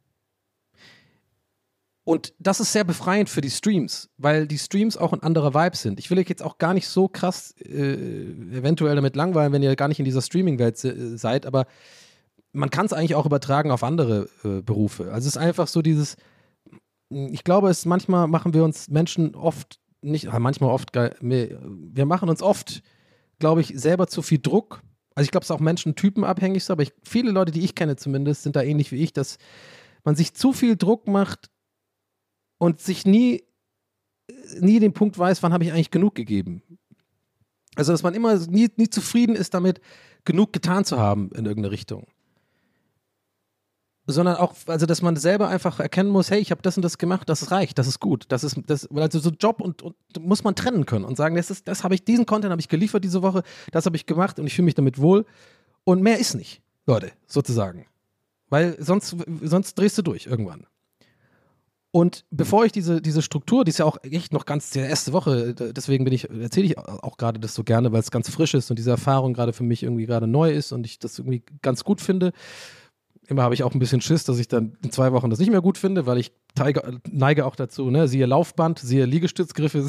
Und das ist sehr befreiend für die Streams, weil die Streams auch ein anderer Vibe sind. Ich will euch jetzt auch gar nicht so krass eventuell damit langweilen, wenn ihr gar nicht in dieser Streaming-Welt seid, aber man kann es eigentlich auch übertragen auf andere Berufe. Also es ist einfach so dieses, ich glaube, manchmal machen wir uns Menschen oft, nicht, manchmal oft, wir machen uns oft, glaube ich, selber zu viel Druck. Also ich glaube, es ist auch menschentypenabhängig so, aber viele Leute, die ich kenne zumindest, sind da ähnlich wie ich, dass man sich zu viel Druck macht und sich nie den Punkt weiß, wann habe ich eigentlich genug gegeben. Also dass man immer nie zufrieden ist damit, genug getan zu haben in irgendeine Richtung. Sondern auch, also dass man selber einfach erkennen muss, hey, ich habe das und das gemacht, das reicht, das ist gut. Das, also so Job und muss man trennen können und sagen, diesen Content habe ich geliefert diese Woche, das habe ich gemacht und ich fühle mich damit wohl. Und mehr ist nicht, Leute, sozusagen. Weil sonst drehst du durch irgendwann. Und bevor ich diese Struktur, die ist ja auch echt noch ganz die erste Woche, deswegen erzähle ich auch gerade das so gerne, weil es ganz frisch ist und diese Erfahrung gerade für mich irgendwie gerade neu ist und ich das irgendwie ganz gut finde. Immer habe ich auch ein bisschen Schiss, dass ich dann in 2 Wochen das nicht mehr gut finde, weil ich neige auch dazu, ne? Siehe Laufband, siehe Liegestützgriffe.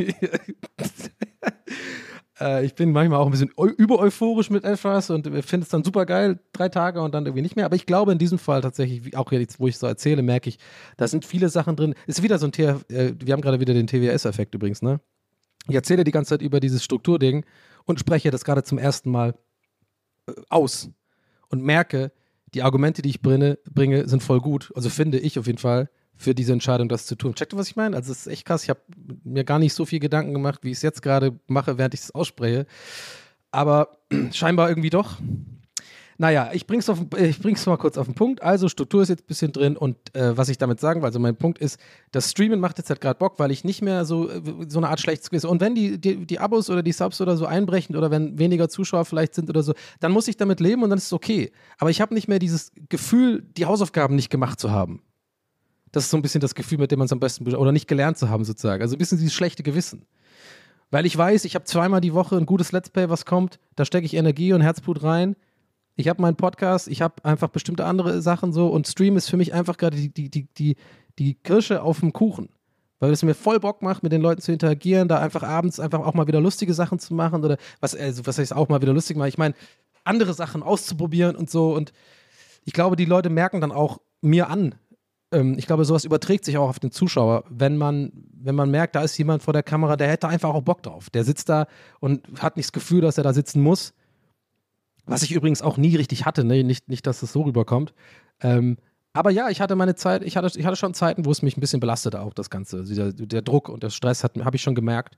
Ich bin manchmal auch ein bisschen übereuphorisch mit etwas und finde es dann super geil, 3 Tage und dann irgendwie nicht mehr. Aber ich glaube in diesem Fall tatsächlich, auch jetzt, wo ich so erzähle, merke ich, da sind viele Sachen drin. Ist wieder so ein wir haben gerade wieder den TWS-Effekt übrigens, ne? Ich erzähle die ganze Zeit über dieses Strukturding und spreche das gerade zum ersten Mal aus und merke, die Argumente, die ich bringe, sind voll gut. Also finde ich auf jeden Fall für diese Entscheidung, das zu tun. Checkt ihr, was ich meine? Also es ist echt krass. Ich habe mir gar nicht so viel Gedanken gemacht, wie ich es jetzt gerade mache, während ich es ausspreche. Aber scheinbar irgendwie doch. Naja, ich bring's mal kurz auf den Punkt. Also Struktur ist jetzt ein bisschen drin und was ich damit sagen will, also mein Punkt ist, das Streamen macht jetzt halt gerade Bock, weil ich nicht mehr so eine Art schlechtes Gewissen. Und wenn die Abos oder die Subs oder so einbrechen oder wenn weniger Zuschauer vielleicht sind oder so, dann muss ich damit leben und dann ist es okay. Aber ich habe nicht mehr dieses Gefühl, die Hausaufgaben nicht gemacht zu haben. Das ist so ein bisschen das Gefühl, mit dem man es am besten, oder nicht gelernt zu haben sozusagen. Also ein bisschen dieses schlechte Gewissen. Weil ich weiß, ich habe 2-mal die Woche ein gutes Let's Play, was kommt, da stecke ich Energie und Herzblut rein. Ich habe meinen Podcast, ich habe einfach bestimmte andere Sachen so und Stream ist für mich einfach gerade die Kirsche auf dem Kuchen. Weil es mir voll Bock macht, mit den Leuten zu interagieren, da einfach abends einfach auch mal wieder lustige Sachen zu machen oder was heißt auch mal wieder lustig machen. Ich meine, andere Sachen auszuprobieren und so und ich glaube, die Leute merken dann auch mir an. Ich glaube, sowas überträgt sich auch auf den Zuschauer, wenn man merkt, da ist jemand vor der Kamera, der hätte einfach auch Bock drauf. Der sitzt da und hat nicht das Gefühl, dass er da sitzen muss. Was ich übrigens auch nie richtig hatte, ne? Nicht, dass es so rüberkommt. Aber ja, ich hatte meine Zeit, ich hatte schon Zeiten, wo es mich ein bisschen belastete, auch das Ganze. Also der Druck und der Stress habe ich schon gemerkt.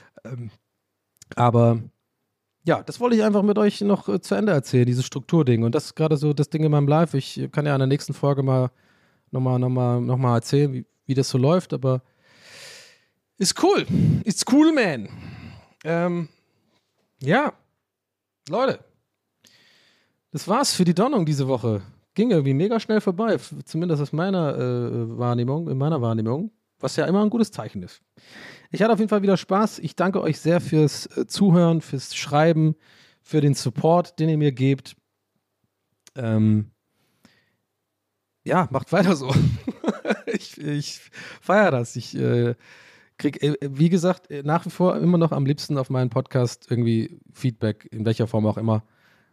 Aber ja, das wollte ich einfach mit euch noch zu Ende erzählen, dieses Strukturding. Und das ist gerade so das Ding in meinem Live. Ich kann ja in der nächsten Folge mal nochmal erzählen, wie das so läuft, aber ist cool. It's cool, man. Ja, Leute, das war's für die Donnung diese Woche. Ging irgendwie mega schnell vorbei, zumindest aus meiner Wahrnehmung, was ja immer ein gutes Zeichen ist. Ich hatte auf jeden Fall wieder Spaß. Ich danke euch sehr fürs Zuhören, fürs Schreiben, für den Support, den ihr mir gebt. Ja, macht weiter so. ich feiere das. Ich kriege, wie gesagt, nach wie vor immer noch am liebsten auf meinen Podcast irgendwie Feedback, in welcher Form auch immer,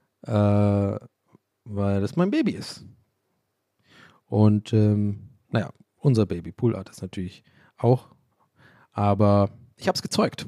weil das mein Baby ist. Und naja, unser Baby, Pool Artist natürlich auch. Aber ich habe es gezeugt.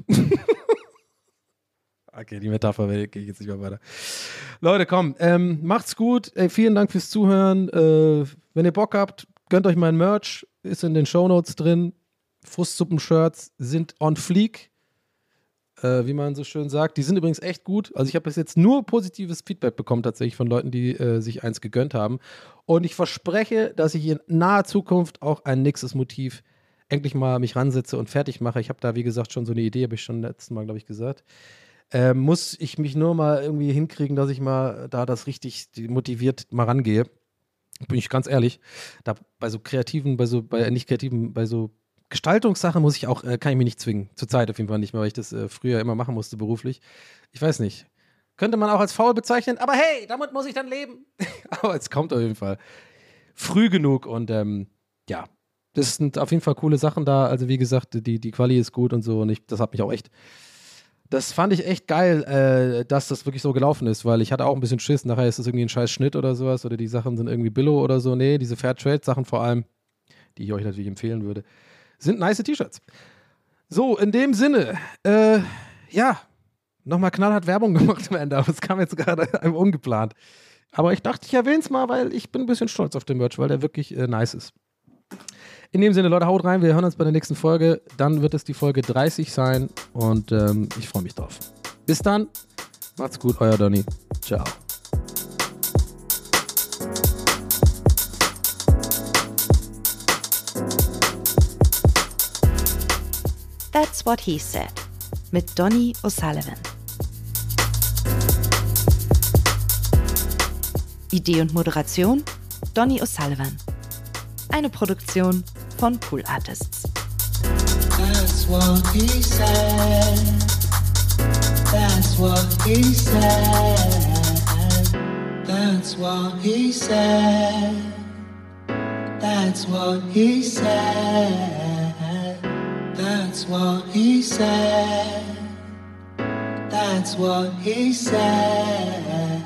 Okay, die Metapher gehe ich jetzt nicht mehr weiter. Leute, komm, macht's gut. Ey, vielen Dank fürs Zuhören. Wenn ihr Bock habt, gönnt euch mein Merch. Ist in den Shownotes drin. Frustsuppen-Shirts sind on fleek. Wie man so schön sagt. Die sind übrigens echt gut. Also ich habe bis jetzt nur positives Feedback bekommen tatsächlich von Leuten, die sich eins gegönnt haben. Und ich verspreche, dass ich in naher Zukunft auch ein nächstes Motiv endlich mal mich ransetze und fertig mache. Ich habe da, wie gesagt, schon so eine Idee, habe ich schon letztes Mal, glaube ich, gesagt. Muss ich mich nur mal irgendwie hinkriegen, dass ich mal da das richtig motiviert mal rangehe. Bin ich ganz ehrlich. Da bei so kreativen, bei so Gestaltungssachen muss ich auch, kann ich mich nicht zwingen. Zurzeit auf jeden Fall nicht mehr, weil ich das früher immer machen musste beruflich. Ich weiß nicht. Könnte man auch als faul bezeichnen, aber hey, damit muss ich dann leben. Aber es kommt auf jeden Fall früh genug und ja, das sind auf jeden Fall coole Sachen da. Also wie gesagt, die Quali ist gut und so und das hat mich auch echt. Das fand ich echt geil, dass das wirklich so gelaufen ist, weil ich hatte auch ein bisschen Schiss. Nachher ist das irgendwie ein scheiß Schnitt oder sowas oder die Sachen sind irgendwie Billo oder so. Nee, diese Fairtrade-Sachen vor allem, die ich euch natürlich empfehlen würde, sind nice T-Shirts. So, in dem Sinne, ja, nochmal knallhart Werbung gemacht am Ende, aber es kam jetzt gerade einem ungeplant. Aber ich dachte, ich erwähne es mal, weil ich bin ein bisschen stolz auf den Merch, weil der wirklich nice ist. In dem Sinne, Leute, haut rein. Wir hören uns bei der nächsten Folge. Dann wird es die Folge 30 sein und ich freue mich drauf. Bis dann. Macht's gut, euer Donny. Ciao. That's What He Said mit Donny O'Sullivan. Idee und Moderation Donny O'Sullivan. Eine Produktion von Pool Artists. That's what he said. That's what he said. That's what he said. That's what he said. That's what he said. That's what he said.